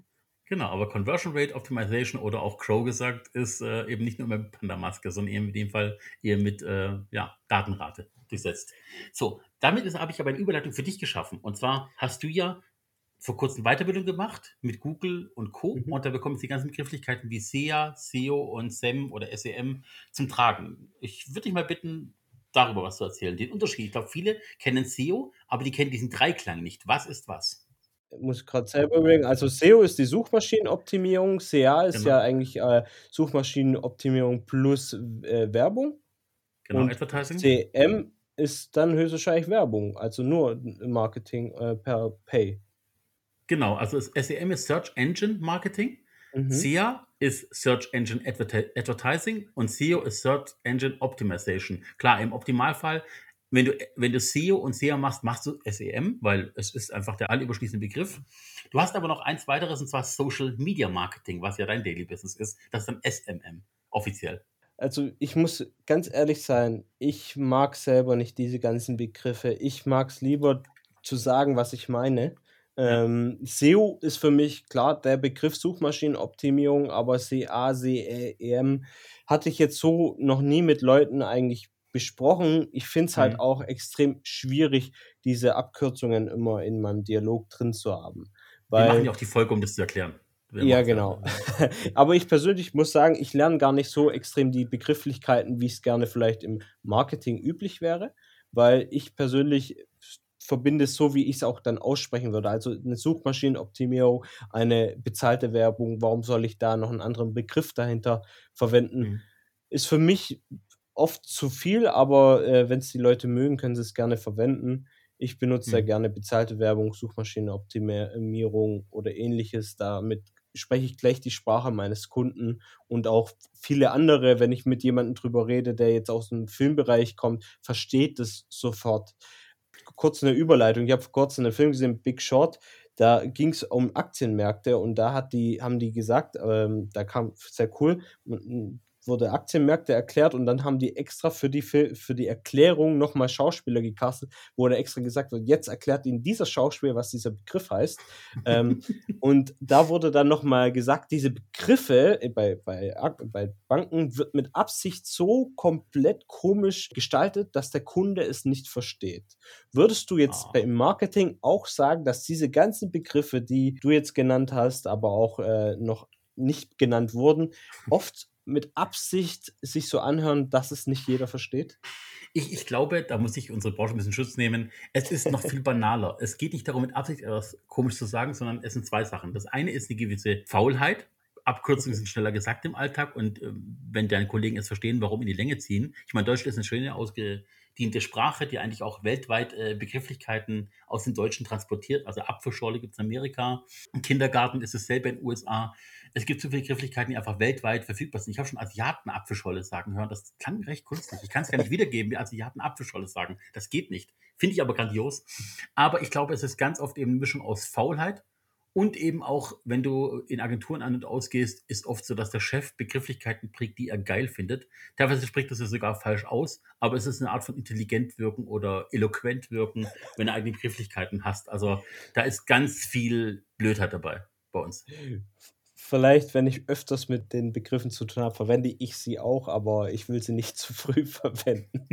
Genau, aber Conversion Rate Optimization oder auch Crow gesagt, ist äh, eben nicht nur mit Panda-Maske, sondern eher in dem Fall eher mit äh, ja, Datenrate durchsetzt. So, damit ist- habe ich aber eine Überleitung für dich geschaffen. Und zwar hast du ja vor kurzem Weiterbildung gemacht mit Google und Co.
Mhm.
Und da bekommen jetzt die ganzen Begrifflichkeiten wie S E A, S E O und S E M oder S E M zum Tragen. Ich würde dich mal bitten, darüber was zu erzählen. Den Unterschied. Ich glaube, viele kennen S E O, aber die kennen diesen Dreiklang nicht. Was ist was?
Muss ich grad selber überlegen. Also S E O ist die Suchmaschinenoptimierung, S E A ist ja
Genau,
eigentlich, äh, Suchmaschinenoptimierung plus, äh, Werbung
genau,
und
Advertising.
S E M ist dann höchstwahrscheinlich Werbung, also nur n Marketing, äh, per Pay.
Genau, also es- S E M ist Search Engine Marketing,
Mhm.
S E A ist Search Engine Adverti- Advertising und S E O ist Search Engine Optimization. Klar, im Optimalfall, wenn du, wenn du S E O und S E A machst, machst du S E M, weil es ist einfach der allüberschließende Begriff. Du hast aber noch eins weiteres, und zwar Social Media Marketing, was ja dein Daily Business ist. Das ist dann S M M, offiziell.
Also, ich muss ganz ehrlich sein, ich mag selber nicht diese ganzen Begriffe. Ich mag's lieber zu sagen, was ich meine.
Ja.
Ähm, S E O ist für mich klar der Begriff Suchmaschinenoptimierung, aber S E A, S E M hatte ich jetzt so noch nie mit Leuten eigentlich besprochen. Ich finde es halt
Mhm.
auch extrem schwierig, diese Abkürzungen immer in meinem Dialog drin zu haben,
Wir machen ja
weil
auch die Folge, um das zu erklären. Wir
ja,
machen es ja.
genau. Aber ich persönlich muss sagen, ich lerne gar nicht so extrem die Begrifflichkeiten, wie es gerne vielleicht im Marketing üblich wäre, weil ich persönlich s verbinde es so, wie ich es auch dann aussprechen würde. Also, 'ne Suchmaschinenoptimierung, eine bezahlte Werbung, warum soll ich da noch 'n anderen Begriff dahinter verwenden?
Mhm.
Ist für mich oft zu viel, aber, äh, wenn's die Leute mögen, können sie's gerne verwenden. Ich benutze sehr
Mhm.
gerne bezahlte Werbung, Suchmaschinenoptimierung oder Ähnliches. Damit spreche ich gleich die Sprache meines Kunden und auch viele andere, wenn ich mit jemandem drüber rede, der jetzt aus'm Filmbereich kommt, versteht das sofort. Kurz 'ne Überleitung. Ich habe vor Kurzem 'nen Film gesehen, Big Short. Da ging's um Aktienmärkte und da hat die haben die gesagt, ähm, da kam sehr cool, m m wurde Aktienmärkte erklärt und dann haben die extra für die Fil für die Erklärung noch mal Schauspieler gecastet, wo da extra gesagt wird: „Jetzt erklärt Ihnen dieser Schauspieler, was dieser Begriff heißt." Ähm, und da wurde dann noch mal gesagt, diese Begriffe, äh, bei bei Ak bei Banken wird mit Absicht so komplett komisch gestaltet, dass der Kunde es nicht versteht. Würdest du jetzt bei
Ah.
im Marketing auch sagen, dass diese ganzen Begriffe, die du jetzt genannt hast, aber auch, äh, noch nicht genannt wurden, oft mit Absicht sich so anhören, dass es nicht jeder versteht?
Ich ich glaube, da muss ich unsere Branche ein bisschen Schutz nehmen. Es ist noch viel banaler. Es geht nicht darum, mit Absicht etwas komisch zu sagen, sondern es sind zwei Sachen. Das eine ist eine gewisse Faulheit. Abkürzungen
Okay.
sind schneller gesagt im Alltag und, ähm, wenn deine Kollegen es verstehen, warum in die Länge ziehen. Ich meine, Deutsch ist eine schöne, ausgediente Sprache, die eigentlich auch weltweit, äh, Begrifflichkeiten aus dem Deutschen transportiert. Also, Apfelschorle gibt's in Amerika, im Kindergarten ist dasselbe in den U S A. Es gibt so viele Begrifflichkeiten, die einfach weltweit verfügbar sind. Ich habe schon Asiaten Apfelschorle sagen hören. Das klang recht künstlich. Ich kann es gar nicht wiedergeben, wie Asiaten Apfelschorle sagen. Das geht nicht. Finde ich aber grandios. Aber ich glaube, es ist ganz oft eben eine Mischung aus Faulheit und eben auch, wenn du in Agenturen an und ausgehst, ist oft so, dass der Chef Begrifflichkeiten prägt, die er geil findet. Teilweise spricht das ja sogar falsch aus, aber es ist eine Art von intelligent wirken oder eloquent wirken, wenn du eigene Begrifflichkeiten hast. Also da ist ganz viel Blödheit dabei bei uns.
Vielleicht, wenn ich öfters mit den Begriffen zu tun habe, verwende ich sie auch, aber ich will sie nicht zu früh verwenden.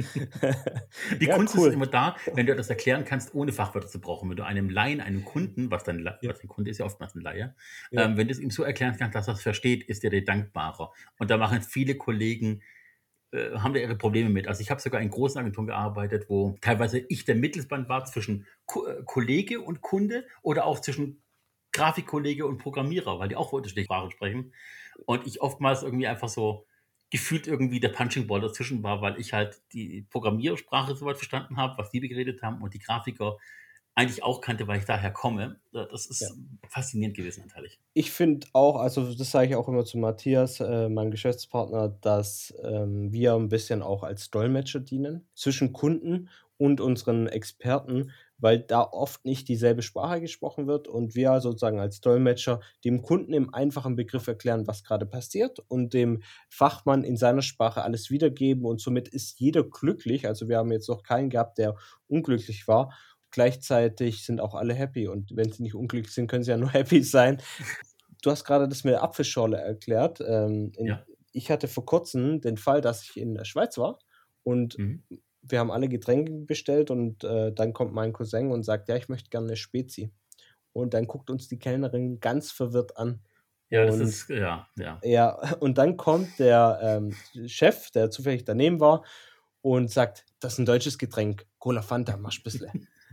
Die
Ja,
Kunst ist
cool.
immer da, wenn du etwas erklären kannst, ohne Fachwörter zu brauchen. Wenn du einem Laien, einem Kunden, was dein, La-
Ja,
was dein Kunde ist ja oftmals ein Laie,
ja.
ähm, wenn du es ihm so erklären kannst, dass er es versteht, ist er dir dankbarer. Und da machen viele Kollegen, äh, haben da ihre Probleme mit. Also ich habe sogar in großen Agenturen gearbeitet, wo teilweise ich der Mittelsmann war zwischen Ko äh, Kollege und Kunde oder auch zwischen Grafikkollege und Programmierer, weil die auch unterschiedliche Sprachen sprechen. Und ich oftmals irgendwie einfach so gefühlt irgendwie der Punching Ball dazwischen war, weil ich halt die Programmiersprache soweit verstanden habe, was die geredet haben und die Grafiker eigentlich auch kannte, weil ich daher komme. Äh, Das
Ja.
ist faszinierend gewesen, natürlich.
Ich finde auch, also das sage ich auch immer zu Matthias, äh, meinem Geschäftspartner, dass, ähm, wir ein bisschen auch als Dolmetscher dienen zwischen Kunden und unseren Experten, weil da oft nicht dieselbe Sprache gesprochen wird und wir sozusagen als Dolmetscher dem Kunden im einfachen Begriff erklären, was gerade passiert und dem Fachmann in seiner Sprache alles wiedergeben und somit ist jeder glücklich. Also, wir haben jetzt noch keinen gehabt, der unglücklich war. Gleichzeitig sind auch alle happy und wenn sie nicht unglücklich sind, können sie ja nur happy sein. du hast gerade das mit der Apfelschorle erklärt. Ähm, in,
Ja.
Ich hatte vor kurzem den Fall, dass ich in der Schweiz war und
Mhm.
wir haben alle Getränke bestellt und äh, dann kommt mein Cousin und sagt, ja, ich möchte gerne eine Spezi. Und dann guckt uns die Kellnerin ganz verwirrt an.
Ja, das
Und
ist, ja, ja.
ja, und dann kommt der ähm, Chef, der zufällig daneben war, und sagt, das ist ein deutsches Getränk, Cola Fanta, mach bissle.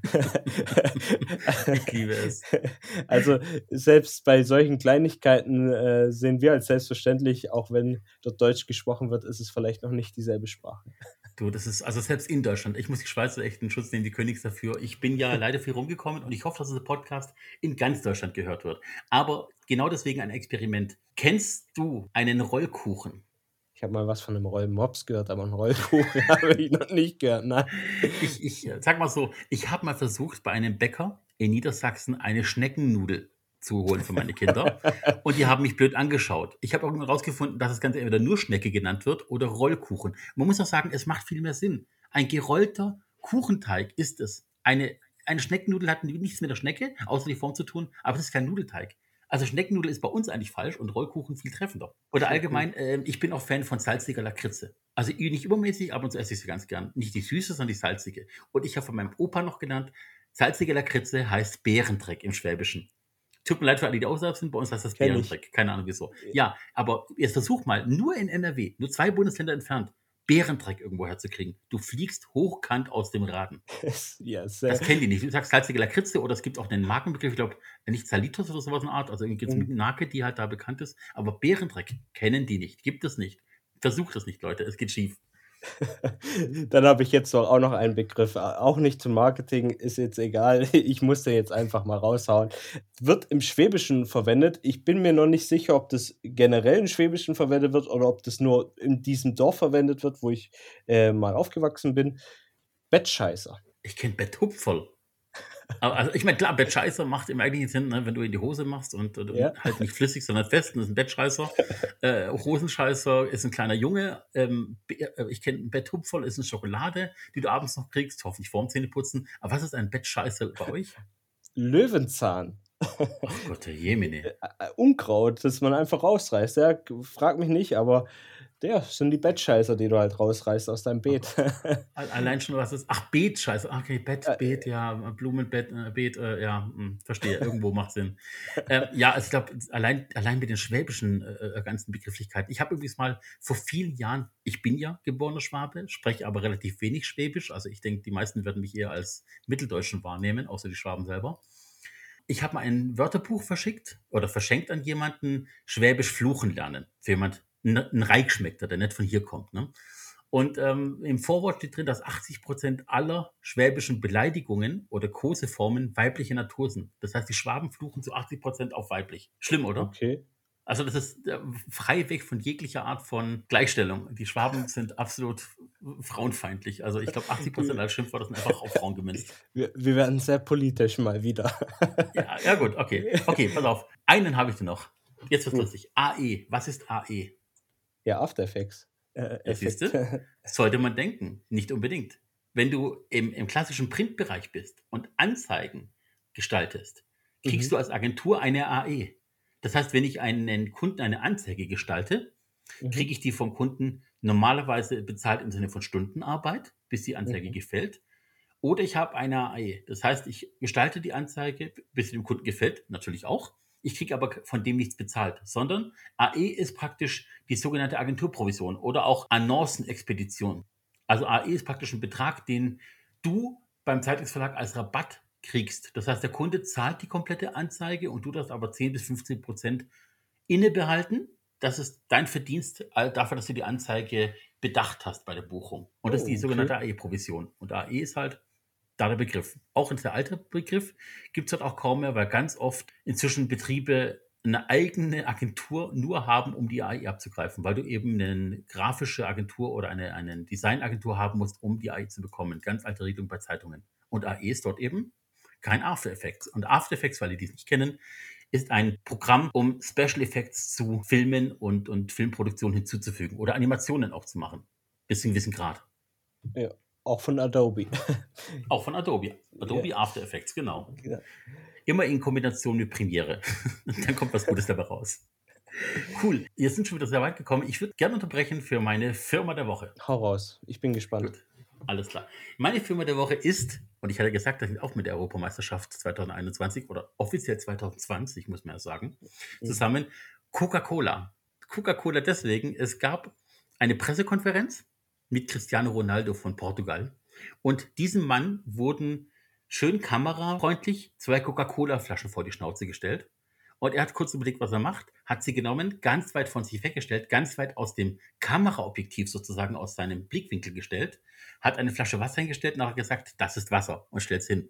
Ich liebe es.
Also selbst bei solchen Kleinigkeiten äh, sehen wir als selbstverständlich, auch wenn dort Deutsch gesprochen wird, ist es vielleicht noch nicht dieselbe Sprache.
Du, das ist, also selbst in Deutschland, ich muss die Schweizer echt in Schutz nehmen, die Königs dafür. Ich bin ja leider viel rumgekommen und ich hoffe, dass dieser Podcast in ganz Deutschland gehört wird. Aber genau deswegen ein Experiment. Kennst du einen Rollkuchen?
Ich habe mal was von einem Rollmops gehört, aber einen Rollkuchen habe ich noch nicht gehört. Nein.
Ich, ich äh, sag mal so, ich habe mal versucht, bei einem Bäcker in Niedersachsen eine Schneckennudel zu holen für meine Kinder. Und die haben mich blöd angeschaut. Ich habe irgendwann rausgefunden, dass das Ganze entweder nur Schnecke genannt wird oder Rollkuchen. Man muss auch sagen, es macht viel mehr Sinn. Ein gerollter Kuchenteig ist es. Eine, eine Schneckennudel hat nichts mit der Schnecke, außer die Form zu tun, aber es ist kein Nudelteig. Also Schneckennudel ist bei uns eigentlich falsch und Rollkuchen viel treffender. Oder allgemein, äh, ich bin auch Fan von salziger Lakritze. Also nicht übermäßig, ab und zu esse ich sie ganz gern. Nicht die süße, sondern die salzige. Und ich habe von meinem Opa noch genannt, salzige Lakritze heißt Bärendreck im Schwäbischen. Tut mir leid für alle, die außerhalb sind, bei uns heißt das
Kenn ich.
Bärendreck. Keine Ahnung wieso. Ja, aber jetzt versuch mal, nur in N R W, nur zwei Bundesländer entfernt, Bärendreck irgendwo herzukriegen. Du fliegst hochkant aus dem Raden.
Ja, sehr.
Das kennen die nicht. Du sagst salzige Lakritze oder es gibt auch einen Markenbegriff, ich glaube, nicht Salitos oder sowas in der Art, also irgendwie gibt es
Mhm.
eine Marke, die halt da bekannt ist, aber Bärendreck kennen die nicht, gibt es nicht. Versucht es nicht, Leute, es geht schief.
Dann habe ich jetzt doch auch noch einen Begriff, a- auch nicht zum Marketing, ist jetzt egal. Ich muss den jetzt einfach mal raushauen. Wird im Schwäbischen verwendet. Ich bin mir noch nicht sicher, ob das generell im Schwäbischen verwendet wird oder ob das nur in diesem Dorf verwendet wird, wo ich äh, mal aufgewachsen bin. Bettscheißer.
Ich kenne Betthupferl. Aber also ich meine, klar, Bettscheißer macht im eigentlichen Sinn, ne, wenn du in die Hose machst und, und
Ja.
halt nicht flüssig, sondern fest, das ist ein Bettscheißer. Äh, Hosenscheißer ist ein kleiner Junge. Ähm, Be- äh, ich kenne Betthupferl, ist eine Schokolade, die du abends noch kriegst, hoffentlich vorm Zähneputzen. Aber was ist ein Bettscheißer bei euch?
Löwenzahn.
Ach Gott, der Jemine.
Äh, äh, Unkraut, das man einfach rausreißt. Ja, g- frag mich nicht, aber der sind die Bettscheißer, die du halt rausreißt aus deinem Beet.
Al- Allein schon, was ist. Ach, Beet, scheiße. Okay, Bett,
Äh,
Beet, ja, Blumenbett, äh, Beet, äh, ja, hm, verstehe. Irgendwo macht Sinn. Ähm, ja, also ich glaube, allein, allein mit den schwäbischen äh, äh, ganzen Begrifflichkeiten. Ich habe übrigens mal vor vielen Jahren, ich bin ja geborener Schwabe, spreche aber relativ wenig Schwäbisch. Also ich denke, die meisten werden mich eher als Mitteldeutschen wahrnehmen, außer die Schwaben selber. Ich habe mal ein Wörterbuch verschickt oder verschenkt an jemanden, Schwäbisch fluchen lernen. Für jemand, ein, ein Reichschmeckter, der nicht von hier kommt. Ne? Und ähm, im Vorwort steht drin, dass achtzig Prozent aller schwäbischen Beleidigungen oder Koseformen weibliche Natur sind. Das heißt, die Schwaben fluchen zu achtzig Prozent auf weiblich. Schlimm, oder?
Okay.
Also das ist äh, frei weg von jeglicher Art von Gleichstellung. Die Schwaben sind absolut frauenfeindlich. Also ich glaube, achtzig Prozent aller Schimpfwörter sind einfach auf Frauen gemünzt.
Wir, wir werden sehr politisch mal wieder.
Ja, ja gut, okay. Okay, pass auf. Einen habe ich noch. Jetzt wird's
Hm.
lustig. A E. Was ist A E?
Ja, After Effects. Äh,
Ja, siehst
Effekt.
du? Sollte man denken. Nicht unbedingt. Wenn du im, im klassischen Printbereich bist und Anzeigen gestaltest, kriegst
Mhm.
du als Agentur eine A E. Das heißt, wenn ich einen Kunden eine Anzeige gestalte,
Mhm.
kriege ich die vom Kunden normalerweise bezahlt im Sinne von Stundenarbeit, bis die Anzeige
Mhm.
gefällt. Oder ich habe eine A E. Das heißt, ich gestalte die Anzeige, bis sie dem Kunden gefällt, natürlich auch. Ich kriege aber von dem nichts bezahlt, sondern A E ist praktisch die sogenannte Agenturprovision oder auch Annoncen-Expedition. Also A E ist praktisch ein Betrag, den du beim Zeitungsverlag als Rabatt kriegst. Das heißt, der Kunde zahlt die komplette Anzeige und du darfst aber zehn bis fünfzehn Prozent innebehalten. Das ist dein Verdienst all- dafür, dass du die Anzeige bedacht hast bei der Buchung. Und das ist
Oh,
die
okay.
sogenannte A E-Provision. Und A E ist halt da der Begriff. Auch ein sehr alter Begriff gibt es halt auch kaum mehr, weil ganz oft inzwischen Betriebe eine eigene Agentur nur haben, um die A E abzugreifen, weil du eben eine grafische Agentur oder eine, eine Designagentur haben musst, um die A E zu bekommen. Ganz alte Regelung bei Zeitungen. Und A E ist dort eben kein After Effects. Und After Effects, weil die es nicht kennen, ist ein Programm, um Special Effects zu Filmen und, und Filmproduktionen hinzuzufügen oder Animationen auch zu machen. Bis zu einem gewissen Grad.
Ja. Auch von Adobe.
Auch von Adobe. Adobe
Ja.
After Effects, genau.
Ja.
Immer in Kombination mit Premiere. Dann kommt was Gutes dabei raus. Cool. Wir sind schon wieder sehr weit gekommen. Ich würde gerne unterbrechen für meine Firma der Woche.
Hau raus. Ich bin gespannt.
Gut, alles klar. Meine Firma der Woche ist, und ich hatte gesagt, das ist auch mit der Europameisterschaft zwanzig einundzwanzig oder offiziell zwanzig zwanzig, muss man ja sagen, zusammen Coca-Cola. Coca-Cola deswegen, es gab eine Pressekonferenz mit Cristiano Ronaldo von Portugal und diesem Mann wurden schön kamerafreundlich zwei Coca-Cola-Flaschen vor die Schnauze gestellt. Und er hat kurz überlegt, was er macht, hat sie genommen, ganz weit von sich weggestellt, ganz weit aus dem Kameraobjektiv sozusagen aus seinem Blickwinkel gestellt, hat eine Flasche Wasser hingestellt und hat gesagt, das ist Wasser und stellt es hin.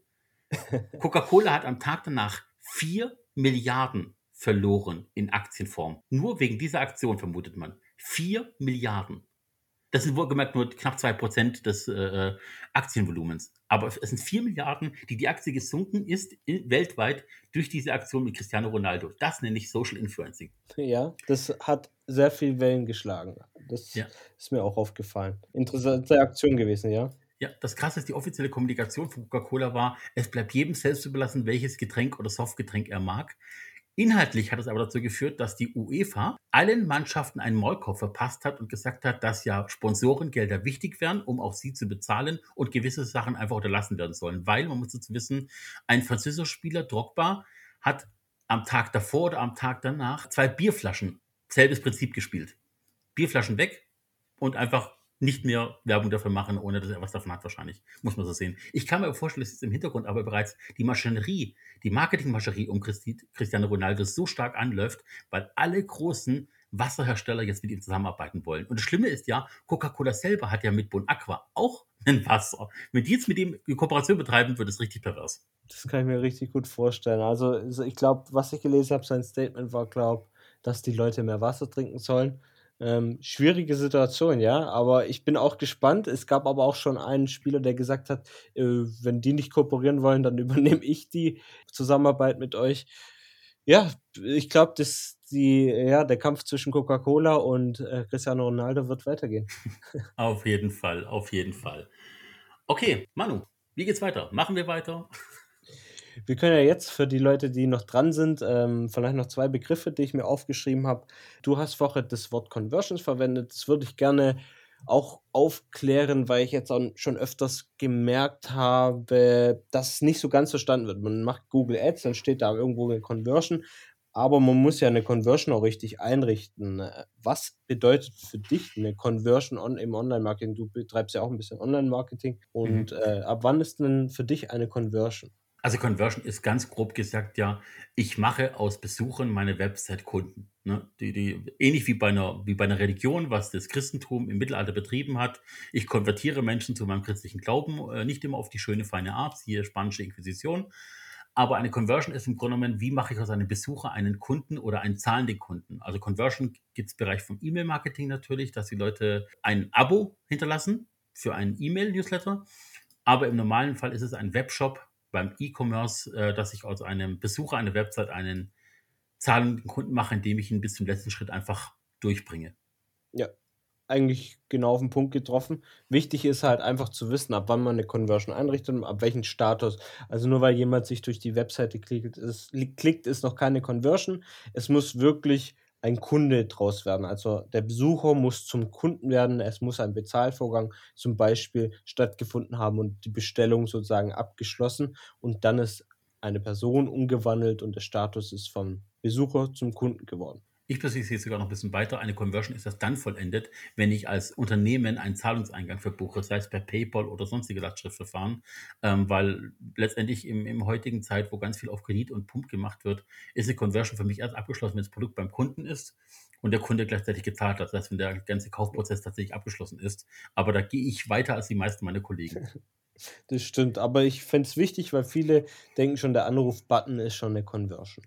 Coca-Cola hat am Tag danach vier Milliarden verloren in Aktienform. Nur wegen dieser Aktion vermutet man. Vier Milliarden. Das sind wohlgemerkt nur knapp zwei Prozent des äh, Aktienvolumens. Aber es sind vier Milliarden, die die Aktie gesunken ist in, weltweit durch diese Aktion mit Cristiano Ronaldo. Das nenne ich Social Influencing.
Ja, das hat sehr viel Wellen geschlagen. Das
Ja.
ist mir auch aufgefallen. Interessante Aktion gewesen, ja.
Ja, das Krasse ist, die offizielle Kommunikation von Coca-Cola war, es bleibt jedem selbst überlassen, welches Getränk oder Softgetränk er mag. Inhaltlich hat es aber dazu geführt, dass die UEFA allen Mannschaften einen Maulkorb verpasst hat und gesagt hat, dass ja Sponsorengelder wichtig wären, um auch sie zu bezahlen und gewisse Sachen einfach unterlassen werden sollen. Weil, man muss dazu wissen, ein französischer Spieler, Drogba, hat am Tag davor oder am Tag danach zwei Bierflaschen, selbes Prinzip gespielt. Bierflaschen weg und einfach nicht mehr Werbung dafür machen, ohne dass er was davon hat wahrscheinlich. Muss man so sehen. Ich kann mir vorstellen, dass jetzt im Hintergrund aber bereits die Maschinerie, die Marketingmaschinerie um Christi, Cristiano Ronaldo so stark anläuft, weil alle großen Wasserhersteller jetzt mit ihm zusammenarbeiten wollen. Und das Schlimme ist ja, Coca-Cola selber hat ja mit Bon Aqua auch ein Wasser. Wenn die jetzt mit ihm eine Kooperation betreiben, wird es richtig pervers.
Das kann ich mir richtig gut vorstellen. Also, also ich glaube, was ich gelesen habe, sein Statement war, glaube dass die Leute mehr Wasser trinken sollen. Ähm, schwierige Situation, ja, aber ich bin auch gespannt. Es gab aber auch schon einen Spieler, der gesagt hat, äh, wenn die nicht kooperieren wollen, dann übernehme ich die Zusammenarbeit mit euch. Ja, ich glaube, dass die, ja, der Kampf zwischen Coca-Cola und äh, Cristiano Ronaldo wird weitergehen.
Auf jeden Fall, auf jeden Fall. Okay, Manu, wie geht's weiter? Machen wir weiter?
Wir können ja jetzt für die Leute, die noch dran sind, ähm, vielleicht noch zwei Begriffe, die ich mir aufgeschrieben habe. Du hast vorher das Wort Conversions verwendet. Das würde ich gerne auch aufklären, weil ich jetzt auch schon öfters gemerkt habe, dass es nicht so ganz verstanden wird. Man macht Google Ads, dann steht da irgendwo eine Conversion, aber man muss ja eine Conversion auch richtig einrichten. Äh, Was bedeutet für dich eine Conversion on, im Online-Marketing? Du betreibst ja auch ein bisschen Online-Marketing. Und äh, ab wann ist denn für dich eine Conversion?
Also Conversion ist ganz grob gesagt ja, ich mache aus Besuchern meine Website Kunden. Ne? Die, die, ähnlich wie bei, einer, wie bei einer Religion, was das Christentum im Mittelalter betrieben hat. Ich konvertiere Menschen zu meinem christlichen Glauben, äh, nicht immer auf die schöne, feine Art, siehe spanische Inquisition. Aber eine Conversion ist im Grunde genommen, wie mache ich aus einem Besucher einen Kunden oder einen zahlenden Kunden? Also Conversion gibt es im Bereich vom E-Mail-Marketing natürlich, dass die Leute ein Abo hinterlassen für einen E-Mail-Newsletter. Aber im normalen Fall ist es ein Webshop beim E-Commerce, äh, dass ich aus einem Besucher einer Website einen zahlenden Kunden mache, indem ich ihn bis zum letzten Schritt einfach durchbringe.
Ja, eigentlich genau auf den Punkt getroffen. Wichtig ist halt einfach zu wissen, ab wann man eine Conversion einrichtet und ab welchem Status. Also nur weil jemand sich durch die Webseite klickt, ist, li- klickt, ist noch keine Conversion. Es muss wirklich ein Kunde draus werden. Also der Besucher muss zum Kunden werden. Es muss ein Bezahlvorgang zum Beispiel stattgefunden haben und die Bestellung sozusagen abgeschlossen. Und dann ist eine Person umgewandelt und der Status ist vom Besucher zum Kunden geworden.
Ich persönlich sehe es sogar noch ein bisschen weiter. Eine Conversion ist das dann vollendet, wenn ich als Unternehmen einen Zahlungseingang verbuche, sei es per PayPal oder sonstige Lastschriftverfahren, ähm, weil letztendlich im, im heutigen Zeit, wo ganz viel auf Kredit und Pump gemacht wird, ist eine Conversion für mich erst abgeschlossen, wenn das Produkt beim Kunden ist und der Kunde gleichzeitig gezahlt hat. Das heißt, wenn der ganze Kaufprozess tatsächlich abgeschlossen ist. Aber da gehe ich weiter als die meisten meiner Kollegen.
Das stimmt, aber ich fände es wichtig, weil viele denken schon, der Anruf-Button ist schon eine Conversion.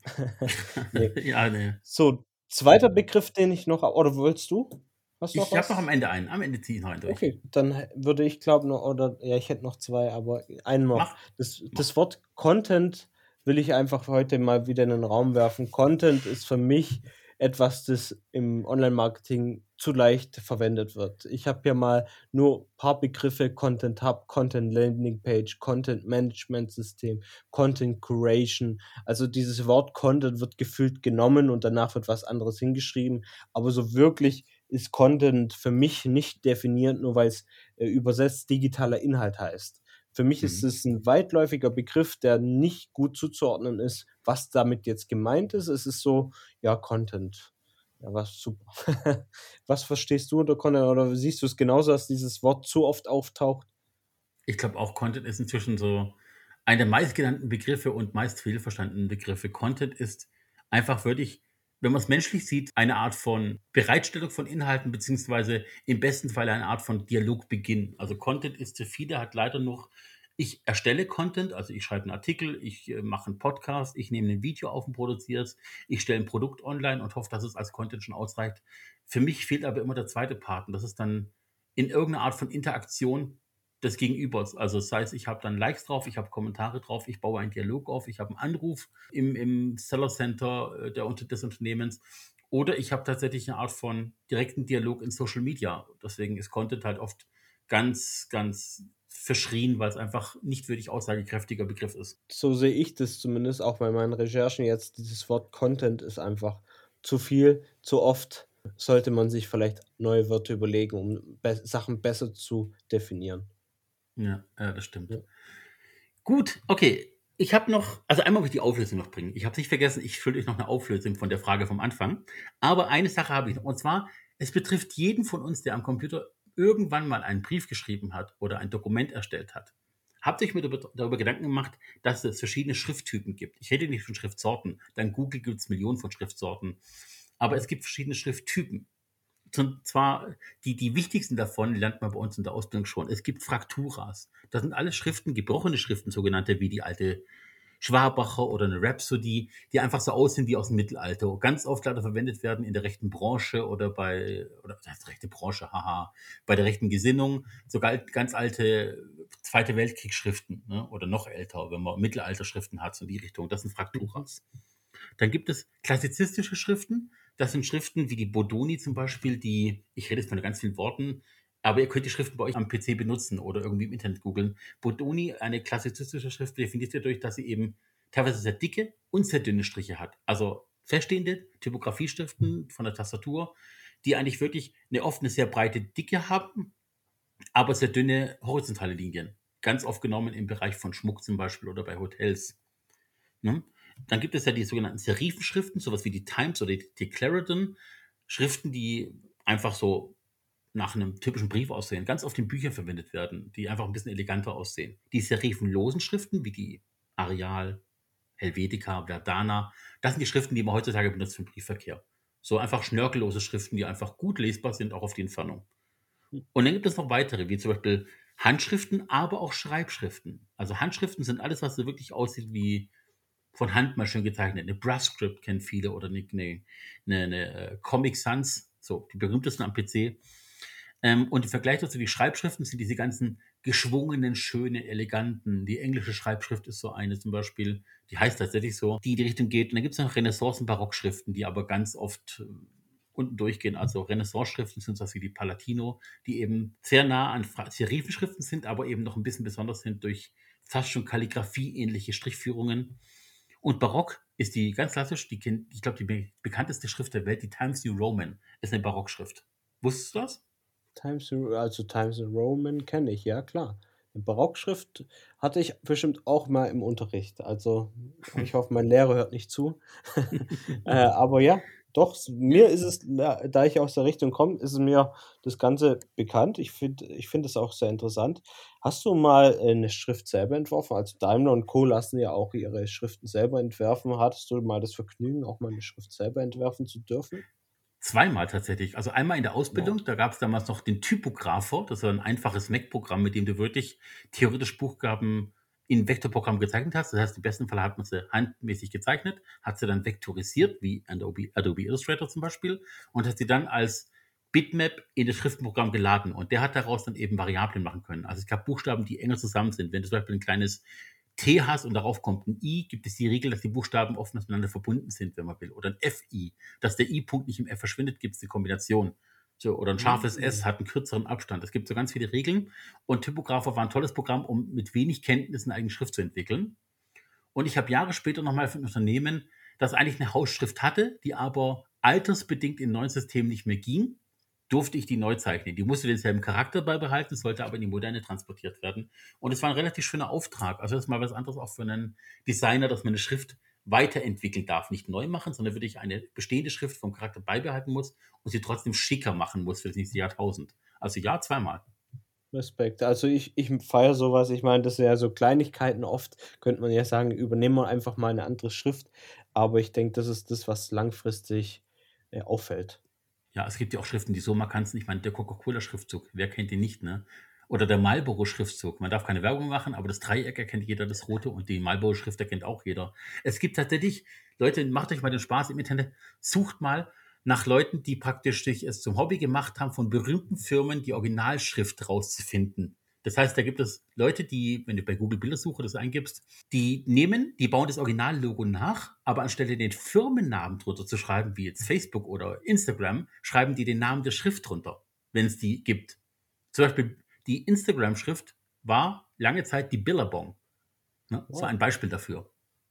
Ne.
Ja, ne.
So, zweiter Begriff, den ich noch oder willst du? Hast du noch
Ich habe noch am
was?
Ende einen. Am Ende ziehe ich noch einen durch.
Okay, dann hä würde ich glaube noch oder ja, ich hätte noch zwei, aber einen noch.
Mach.
Das
Mach.
das Wort Content will ich einfach heute mal wieder in den Raum werfen. Content ist für mich etwas, das im Online-Marketing zu leicht verwendet wird. Ich habe hier mal nur ein paar Begriffe: Content Hub, Content Landing Page, Content Management System, Content Curation. Also, dieses Wort Content wird gefühlt genommen und danach wird was anderes hingeschrieben, aber so wirklich ist Content für mich nicht definiert, nur weil's, äh, übersetzt digitaler Inhalt heißt. Für mich ist
Mhm.
es 'n weitläufiger Begriff, der nicht gut zuzuordnen ist, was damit jetzt gemeint ist. Es ist so, ja, Content. Ja, was super. Was verstehst du unter Content oder siehst du es genauso, dass dieses Wort zu oft auftaucht?
Ich glaube auch, Content ist inzwischen so einer der meistgenannten Begriffe und meist fehlverstandenen Begriffe. Content ist einfach wirklich, wenn man es menschlich sieht, eine Art von Bereitstellung von Inhalten, beziehungsweise im besten Fall eine Art von Dialogbeginn. Also Content ist für viele hat leider noch, ich erstelle Content, also ich schreibe einen Artikel, ich äh, mache einen Podcast, ich nehme ein Video auf und produziere es, ich stelle ein Produkt online und hoffe, dass es als Content schon ausreicht. Für mich fehlt aber immer der zweite Part und das ist dann in irgendeiner Art von Interaktion des Gegenübers. Also das heißt, ich habe dann Likes drauf, ich habe Kommentare drauf, ich baue einen Dialog auf, ich habe einen Anruf im, im Seller Center äh, der, des Unternehmens oder ich habe tatsächlich eine Art von direkten Dialog in Social Media. Deswegen ist Content halt oft ganz, ganz verschrien, weil es einfach nicht wirklich aussagekräftiger Begriff ist.
So sehe ich das zumindest auch bei meinen Recherchen jetzt. Dieses Wort Content ist einfach zu viel, zu oft. Sollte man sich vielleicht neue Wörter überlegen, um be Sachen besser zu definieren.
Ja, ja, das stimmt.
Ja.
Gut, okay. Ich habe noch, also einmal muss ich die Auflösung noch bringen. Ich habe es nicht vergessen, ich schulde euch noch eine Auflösung von der Frage vom Anfang. Aber eine Sache habe ich noch, und zwar, es betrifft jeden von uns, der am Computer irgendwann mal einen Brief geschrieben hat oder ein Dokument erstellt hat. Habt ihr euch mir darüber, darüber Gedanken gemacht, dass es verschiedene Schrifttypen gibt? Ich rede nicht von Schriftsorten, dann Google gibt es Millionen von Schriftsorten. Aber es gibt verschiedene Schrifttypen. Und zwar, die, die wichtigsten davon lernt man bei uns in der Ausbildung schon. Es gibt Frakturas. Das sind alles Schriften, gebrochene Schriften, sogenannte, wie die alte Schwabacher oder eine Rhapsody, die einfach so aussehen wie aus dem Mittelalter. Ganz oft leider verwendet werden in der rechten Branche oder bei, oder das heißt rechte Branche, haha, bei der rechten Gesinnung. Sogar ganz alte Zweite Weltkriegsschriften, ne, oder noch älter, wenn man Mittelalterschriften hat, so in die Richtung. Das sind Frakturas. Dann gibt es klassizistische Schriften. Das sind Schriften wie die Bodoni zum Beispiel, die, ich rede jetzt von ganz vielen Worten, aber ihr könnt die Schriften bei euch am P C benutzen oder irgendwie im Internet googeln. Bodoni, eine klassizistische Schrift, definiert ihr dadurch, dass sie eben teilweise sehr dicke und sehr dünne Striche hat. Also feststehende Typografieschriften von der Tastatur, die eigentlich wirklich eine oft eine sehr breite Dicke haben, aber sehr dünne horizontale Linien. Ganz oft genommen im Bereich von Schmuck zum Beispiel oder bei Hotels. Ne? Dann gibt es ja die sogenannten Serifenschriften, sowas wie die Times oder die, die Clarendon. Schriften, die einfach so nach einem typischen Brief aussehen, ganz oft in Büchern verwendet werden, die einfach ein bisschen eleganter aussehen. Die serifenlosen Schriften, wie die Arial, Helvetica, Verdana, das sind die Schriften, die man heutzutage benutzt für den Briefverkehr. So einfach schnörkellose Schriften, die einfach gut lesbar sind, auch auf die Entfernung. Und dann gibt es noch weitere, wie zum Beispiel Handschriften, aber auch Schreibschriften. Also Handschriften sind alles, was so wirklich aussieht wie von Hand mal schön gezeichnet. Eine Brushscript kennen viele oder eine, eine, eine, eine äh, Comic Sans, so die berühmtesten am P C. Ähm, und im Vergleich dazu, die Schreibschriften sind diese ganzen geschwungenen, schönen, eleganten. Die englische Schreibschrift ist so eine zum Beispiel, die heißt tatsächlich so, die in die Richtung geht. Und dann gibt es noch Renaissance- und Barockschriften, die aber ganz oft äh, unten durchgehen. Also Renaissance-Schriften sind so wie die Palatino, die eben sehr nah an Fra- Serifenschriften sind, aber eben noch ein bisschen besonders sind durch fast schon Kalligrafie-ähnliche Strichführungen. Und Barock ist die ganz klassisch, die kennt, ich glaube, die be bekannteste Schrift der Welt, die Times New Roman, ist eine Barockschrift. Wusstest du das?
Times New also Times New Roman kenne ich, ja klar. 'Ne Barockschrift hatte ich bestimmt auch mal im Unterricht. Also, ich hoffe, mein Lehrer hört nicht zu. Äh, aber ja, doch, s
Ja.
mir ist es, da da ich aus der Richtung komme, ist es mir das Ganze bekannt. Ich finde ich finde es auch sehr interessant. Hast du mal, äh, 'ne Schrift selber entworfen? Also, Daimler und Co. lassen ja auch ihre Schriften selber entwerfen. Hattest du mal das Vergnügen, auch mal 'ne Schrift selber entwerfen zu dürfen?
Zweimal tatsächlich. Also einmal in der
Wow.
Ausbildung, da gab es damals noch den Typographer. Das war ein einfaches Mac-Programm, mit dem du wirklich theoretisch Buchstaben in Vektorprogramm gezeichnet hast. Das heißt, im besten Fall hat man sie handmäßig gezeichnet, hat sie dann vektorisiert, wie Adobe, Adobe Illustrator zum Beispiel, und hat sie dann als Bitmap in das Schriftenprogramm geladen. Und der hat daraus dann eben Variablen machen können. Also es gab Buchstaben, die enger zusammen sind. Wenn du zum Beispiel ein kleines T hast und darauf kommt ein I, gibt es die Regel, dass die Buchstaben oftmals miteinander verbunden sind, wenn man will. Oder ein F I, dass der I-Punkt nicht im F verschwindet, gibt es eine Kombination. So, oder ein scharfes
Mhm.
S hat einen kürzeren Abstand. Es gibt so ganz viele Regeln. Und Typographer war ein tolles Programm, um mit wenig Kenntnissen eine eigene Schrift zu entwickeln. Und ich habe Jahre später nochmal für ein Unternehmen, das eigentlich eine Hausschrift hatte, die aber altersbedingt in neuen Systemen nicht mehr ging, durfte ich die neu zeichnen. Die musste denselben Charakter beibehalten, sollte aber in die Moderne transportiert werden. Und es war ein relativ schöner Auftrag. Also das ist mal was anderes auch für einen Designer, dass man eine Schrift weiterentwickeln darf. Nicht neu machen, sondern wirklich eine bestehende Schrift vom Charakter beibehalten muss und sie trotzdem schicker machen muss für das nächste Jahrtausend. Also ja, zweimal.
Respekt. Also ich, ich feiere sowas. Ich meine, das sind ja so Kleinigkeiten oft, könnte man ja sagen, übernehmen wir einfach mal eine andere Schrift. Aber ich denke, das ist das, was langfristig äh, auffällt.
Ja, es gibt ja auch Schriften, die so markant sind. Ich meine, der Coca-Cola-Schriftzug, wer kennt den nicht, ne? Oder der Marlboro-Schriftzug. Man darf keine Werbung machen, aber das Dreieck erkennt jeder, das Rote, und die Marlboro-Schrift erkennt auch jeder. Es gibt tatsächlich, Leute, macht euch mal den Spaß im Internet, sucht mal nach Leuten, die praktisch sich es zum Hobby gemacht haben, von berühmten Firmen die Originalschrift rauszufinden. Das heißt, da gibt es Leute, die, wenn du bei Google Bildersuche das eingibst, die nehmen, die bauen das Originallogo nach, aber anstelle den Firmennamen drunter zu schreiben, wie jetzt Facebook oder Instagram, schreiben die den Namen der Schrift drunter, wenn es die gibt. Zum Beispiel die Instagram-Schrift war lange Zeit die Billabong. Ne? Das war ein Beispiel dafür.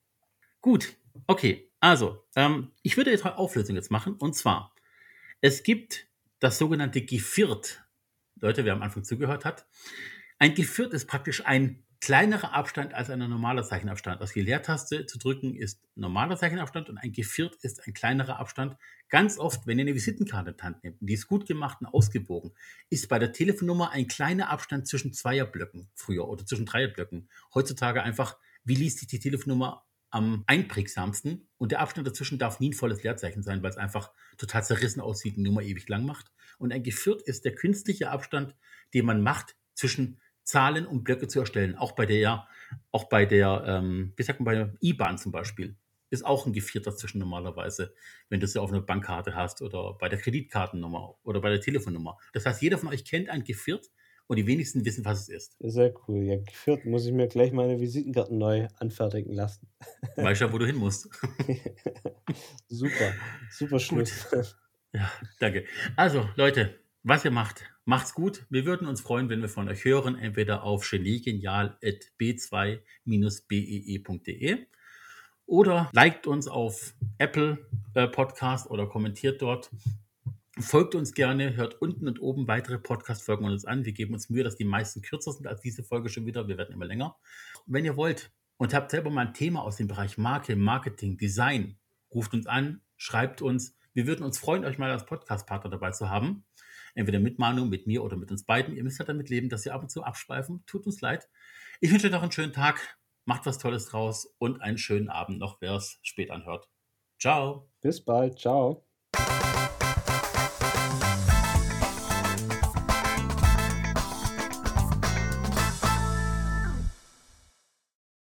Gut, okay, also, ähm, ich würde jetzt eine Auflösung jetzt machen, und zwar, es gibt das sogenannte Geviert. Leute, wer am Anfang zugehört hat, ein Geviert ist praktisch ein kleinerer Abstand als ein normaler Zeichenabstand. Also die Leertaste zu drücken ist normaler Zeichenabstand und ein Geviert ist ein kleinerer Abstand. Ganz oft, wenn ihr eine Visitenkarte in die Hand nehmt, die ist gut gemacht und ausgewogen, ist bei der Telefonnummer ein kleiner Abstand zwischen Zweierblöcken früher oder zwischen Dreierblöcken. Heutzutage einfach, wie liest sich die Telefonnummer am einprägsamsten, und der Abstand dazwischen darf nie ein volles Leerzeichen sein, weil es einfach total zerrissen aussieht und die Nummer ewig lang macht. Und ein Geviert ist der künstliche Abstand, den man macht zwischen Zahlen und Blöcke zu erstellen. Auch bei der, auch bei der, ähm, wie sagt man, bei der IBAN zum Beispiel, ist auch ein Geviert dazwischen normalerweise, wenn du es ja auf einer Bankkarte hast oder bei der Kreditkartennummer oder bei der Telefonnummer. Das heißt, jeder von euch kennt ein Geviert und die wenigsten wissen, was es ist.
Sehr cool. Ja, geführt muss ich mir gleich meine Visitenkarten neu anfertigen lassen.
Weißt ja, wo du hin musst.
Super, super Schluss.
Ja, danke. Also, Leute, was ihr macht, macht's gut. Wir würden uns freuen, wenn wir von euch hören, entweder auf geniegenial at b zwei bee punkt de oder liked uns auf Apple äh, Podcast oder kommentiert dort. Folgt uns gerne, hört unten und oben weitere Podcast-Folgen uns an. Wir geben uns Mühe, dass die meisten kürzer sind als diese Folge schon wieder. Wir werden immer länger. Wenn ihr wollt und habt selber mal ein Thema aus dem Bereich Marke, Marketing, Design, ruft uns an, schreibt uns. Wir würden uns freuen, euch mal als Podcast-Partner dabei zu haben. Entweder mit Manu, mit mir oder mit uns beiden. Ihr müsst halt damit leben, dass wir ab und zu abschweifen. Tut uns leid. Ich wünsche euch noch einen schönen Tag. Macht was Tolles draus und einen schönen Abend noch, wer es spät anhört. Ciao.
Bis bald. Ciao.